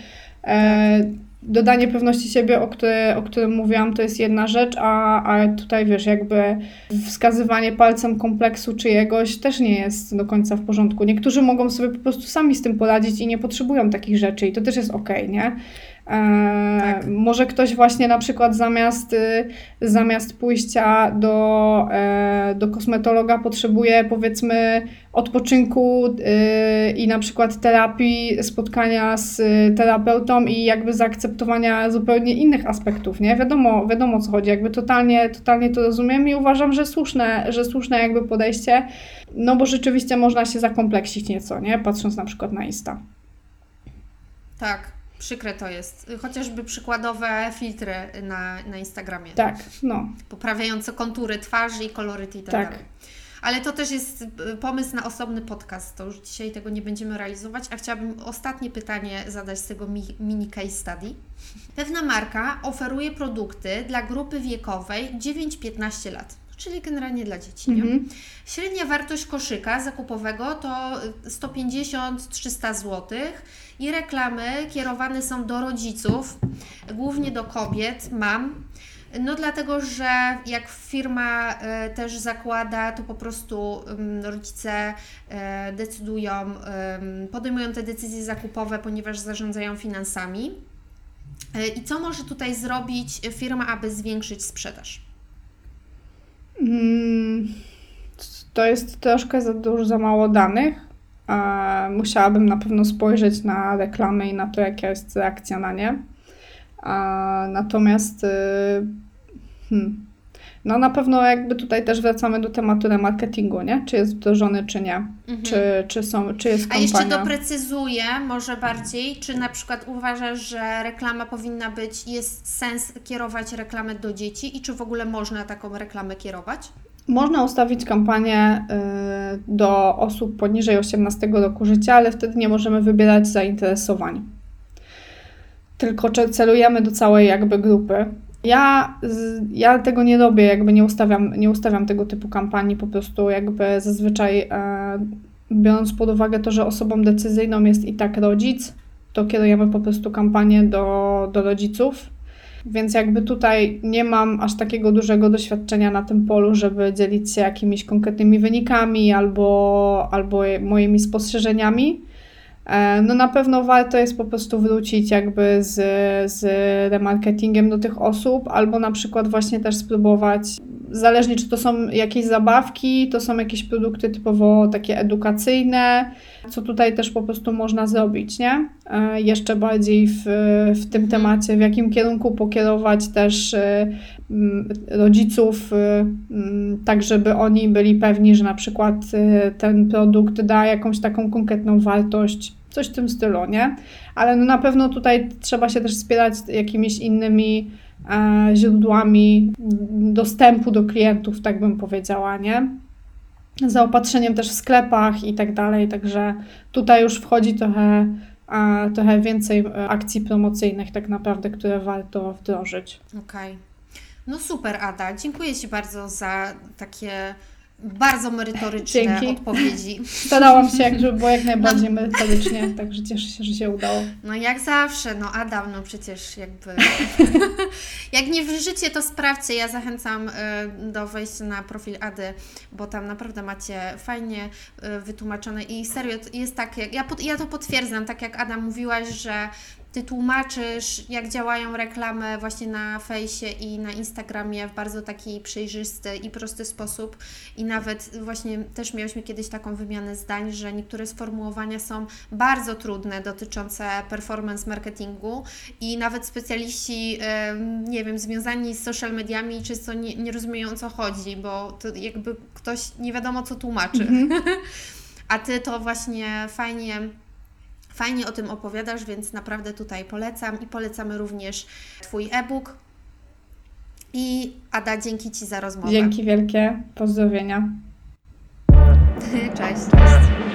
e, dodanie pewności siebie, o, które, o którym mówiłam, to jest jedna rzecz, a, a tutaj wiesz, jakby wskazywanie palcem kompleksu czyjegoś też nie jest do końca w porządku. Niektórzy mogą sobie po prostu sami z tym poradzić i nie potrzebują takich rzeczy i to też jest okej, nie? E, Tak. Może ktoś właśnie na przykład zamiast, y, zamiast pójścia do, e, do kosmetologa potrzebuje powiedzmy odpoczynku y, i na przykład terapii, spotkania z y, terapeutą i jakby zaakceptowania zupełnie innych aspektów, nie? Wiadomo, wiadomo o co chodzi, jakby totalnie, totalnie to rozumiem i uważam, że słuszne, że słuszne jakby podejście, no bo rzeczywiście można się zakompleksić nieco, nie? Patrząc na przykład na Insta. Tak, przykre to jest. Chociażby przykładowe filtry na, na Instagramie. Tak, no, Poprawiające kontury twarzy i koloryty i tak, tak. dalej. Ale to też jest y, pomysł na osobny podcast. To już dzisiaj tego nie będziemy realizować, a chciałabym ostatnie pytanie zadać z tego mi, mini case study. Pewna marka oferuje produkty dla grupy wiekowej dziewięć do piętnastu lat, czyli generalnie dla dzieci. Nie? Mhm. Średnia wartość koszyka zakupowego to sto pięćdziesiąt do trzystu złotych i reklamy kierowane są do rodziców, głównie do kobiet, mam. No dlatego, że jak firma e, też zakłada, to po prostu em, rodzice e, decydują, em, podejmują te decyzje zakupowe, ponieważ zarządzają finansami. E, I co może tutaj zrobić firma, aby zwiększyć sprzedaż? Mm, To jest troszkę za dużo, za mało danych. E, Musiałabym na pewno spojrzeć na reklamy i na to, jaka jest reakcja na nie. E, Natomiast y, hmm, No na pewno jakby tutaj też wracamy do tematu remarketingu, nie? Czy jest wdrożony, czy nie. Mhm. Czy, czy, są, czy jest A kampania. jeszcze doprecyzuję może bardziej, czy na przykład uważasz, że reklama powinna być, jest sens kierować reklamę do dzieci i czy w ogóle można taką reklamę kierować? Można ustawić kampanię y, do osób poniżej osiemnastego roku życia, ale wtedy nie możemy wybierać zainteresowań. Tylko czy celujemy do całej jakby grupy. Ja, z, ja tego nie robię, jakby nie ustawiam, nie ustawiam tego typu kampanii, po prostu jakby zazwyczaj e, biorąc pod uwagę to, że osobą decyzyjną jest i tak rodzic, to kierujemy po prostu kampanię do, do rodziców. Więc jakby tutaj nie mam aż takiego dużego doświadczenia na tym polu, żeby dzielić się jakimiś konkretnymi wynikami albo, albo moimi spostrzeżeniami. No na pewno warto jest po prostu wrócić jakby z, z remarketingiem do tych osób, albo na przykład właśnie też spróbować, zależnie czy to są jakieś zabawki, to są jakieś produkty typowo takie edukacyjne, co tutaj też po prostu można zrobić, nie? E, jeszcze bardziej w, w tym temacie, w jakim kierunku pokierować też e, m, rodziców, e, m, tak żeby oni byli pewni, że na przykład e, ten produkt da jakąś taką konkretną wartość, coś w tym stylu, nie? Ale no na pewno tutaj trzeba się też wspierać jakimiś innymi e, źródłami dostępu do klientów, tak bym powiedziała, nie? Zaopatrzeniem też w sklepach i tak dalej, także tutaj już wchodzi trochę, e, trochę więcej akcji promocyjnych tak naprawdę, które warto wdrożyć. Okej. No super, Ada. Dziękuję Ci bardzo za takie bardzo merytoryczne Dzięki. odpowiedzi. Starałam się, jak- żeby było jak najbardziej merytorycznie, także cieszę się, że się udało. No jak zawsze, no Adam, no przecież jakby... Jak nie wierzycie, to sprawdźcie. Ja zachęcam y, do wejścia na profil Ady, bo tam naprawdę macie fajnie y, wytłumaczone i serio, to jest tak, jak, ja, pod, ja to potwierdzam, tak jak Ada mówiłaś, że Ty tłumaczysz, jak działają reklamy właśnie na fejsie i na Instagramie w bardzo taki przejrzysty i prosty sposób i nawet właśnie też miałyśmy kiedyś taką wymianę zdań, że niektóre sformułowania są bardzo trudne dotyczące performance marketingu i nawet specjaliści, em, nie wiem, związani z social mediami często nie, nie rozumieją, o co chodzi, bo to jakby ktoś nie wiadomo, co tłumaczy. A Ty to właśnie fajnie Fajnie o tym opowiadasz, więc naprawdę tutaj polecam i polecamy również Twój e-book. I Ada, dzięki Ci za rozmowę. Dzięki wielkie, pozdrowienia. Cześć. Cześć.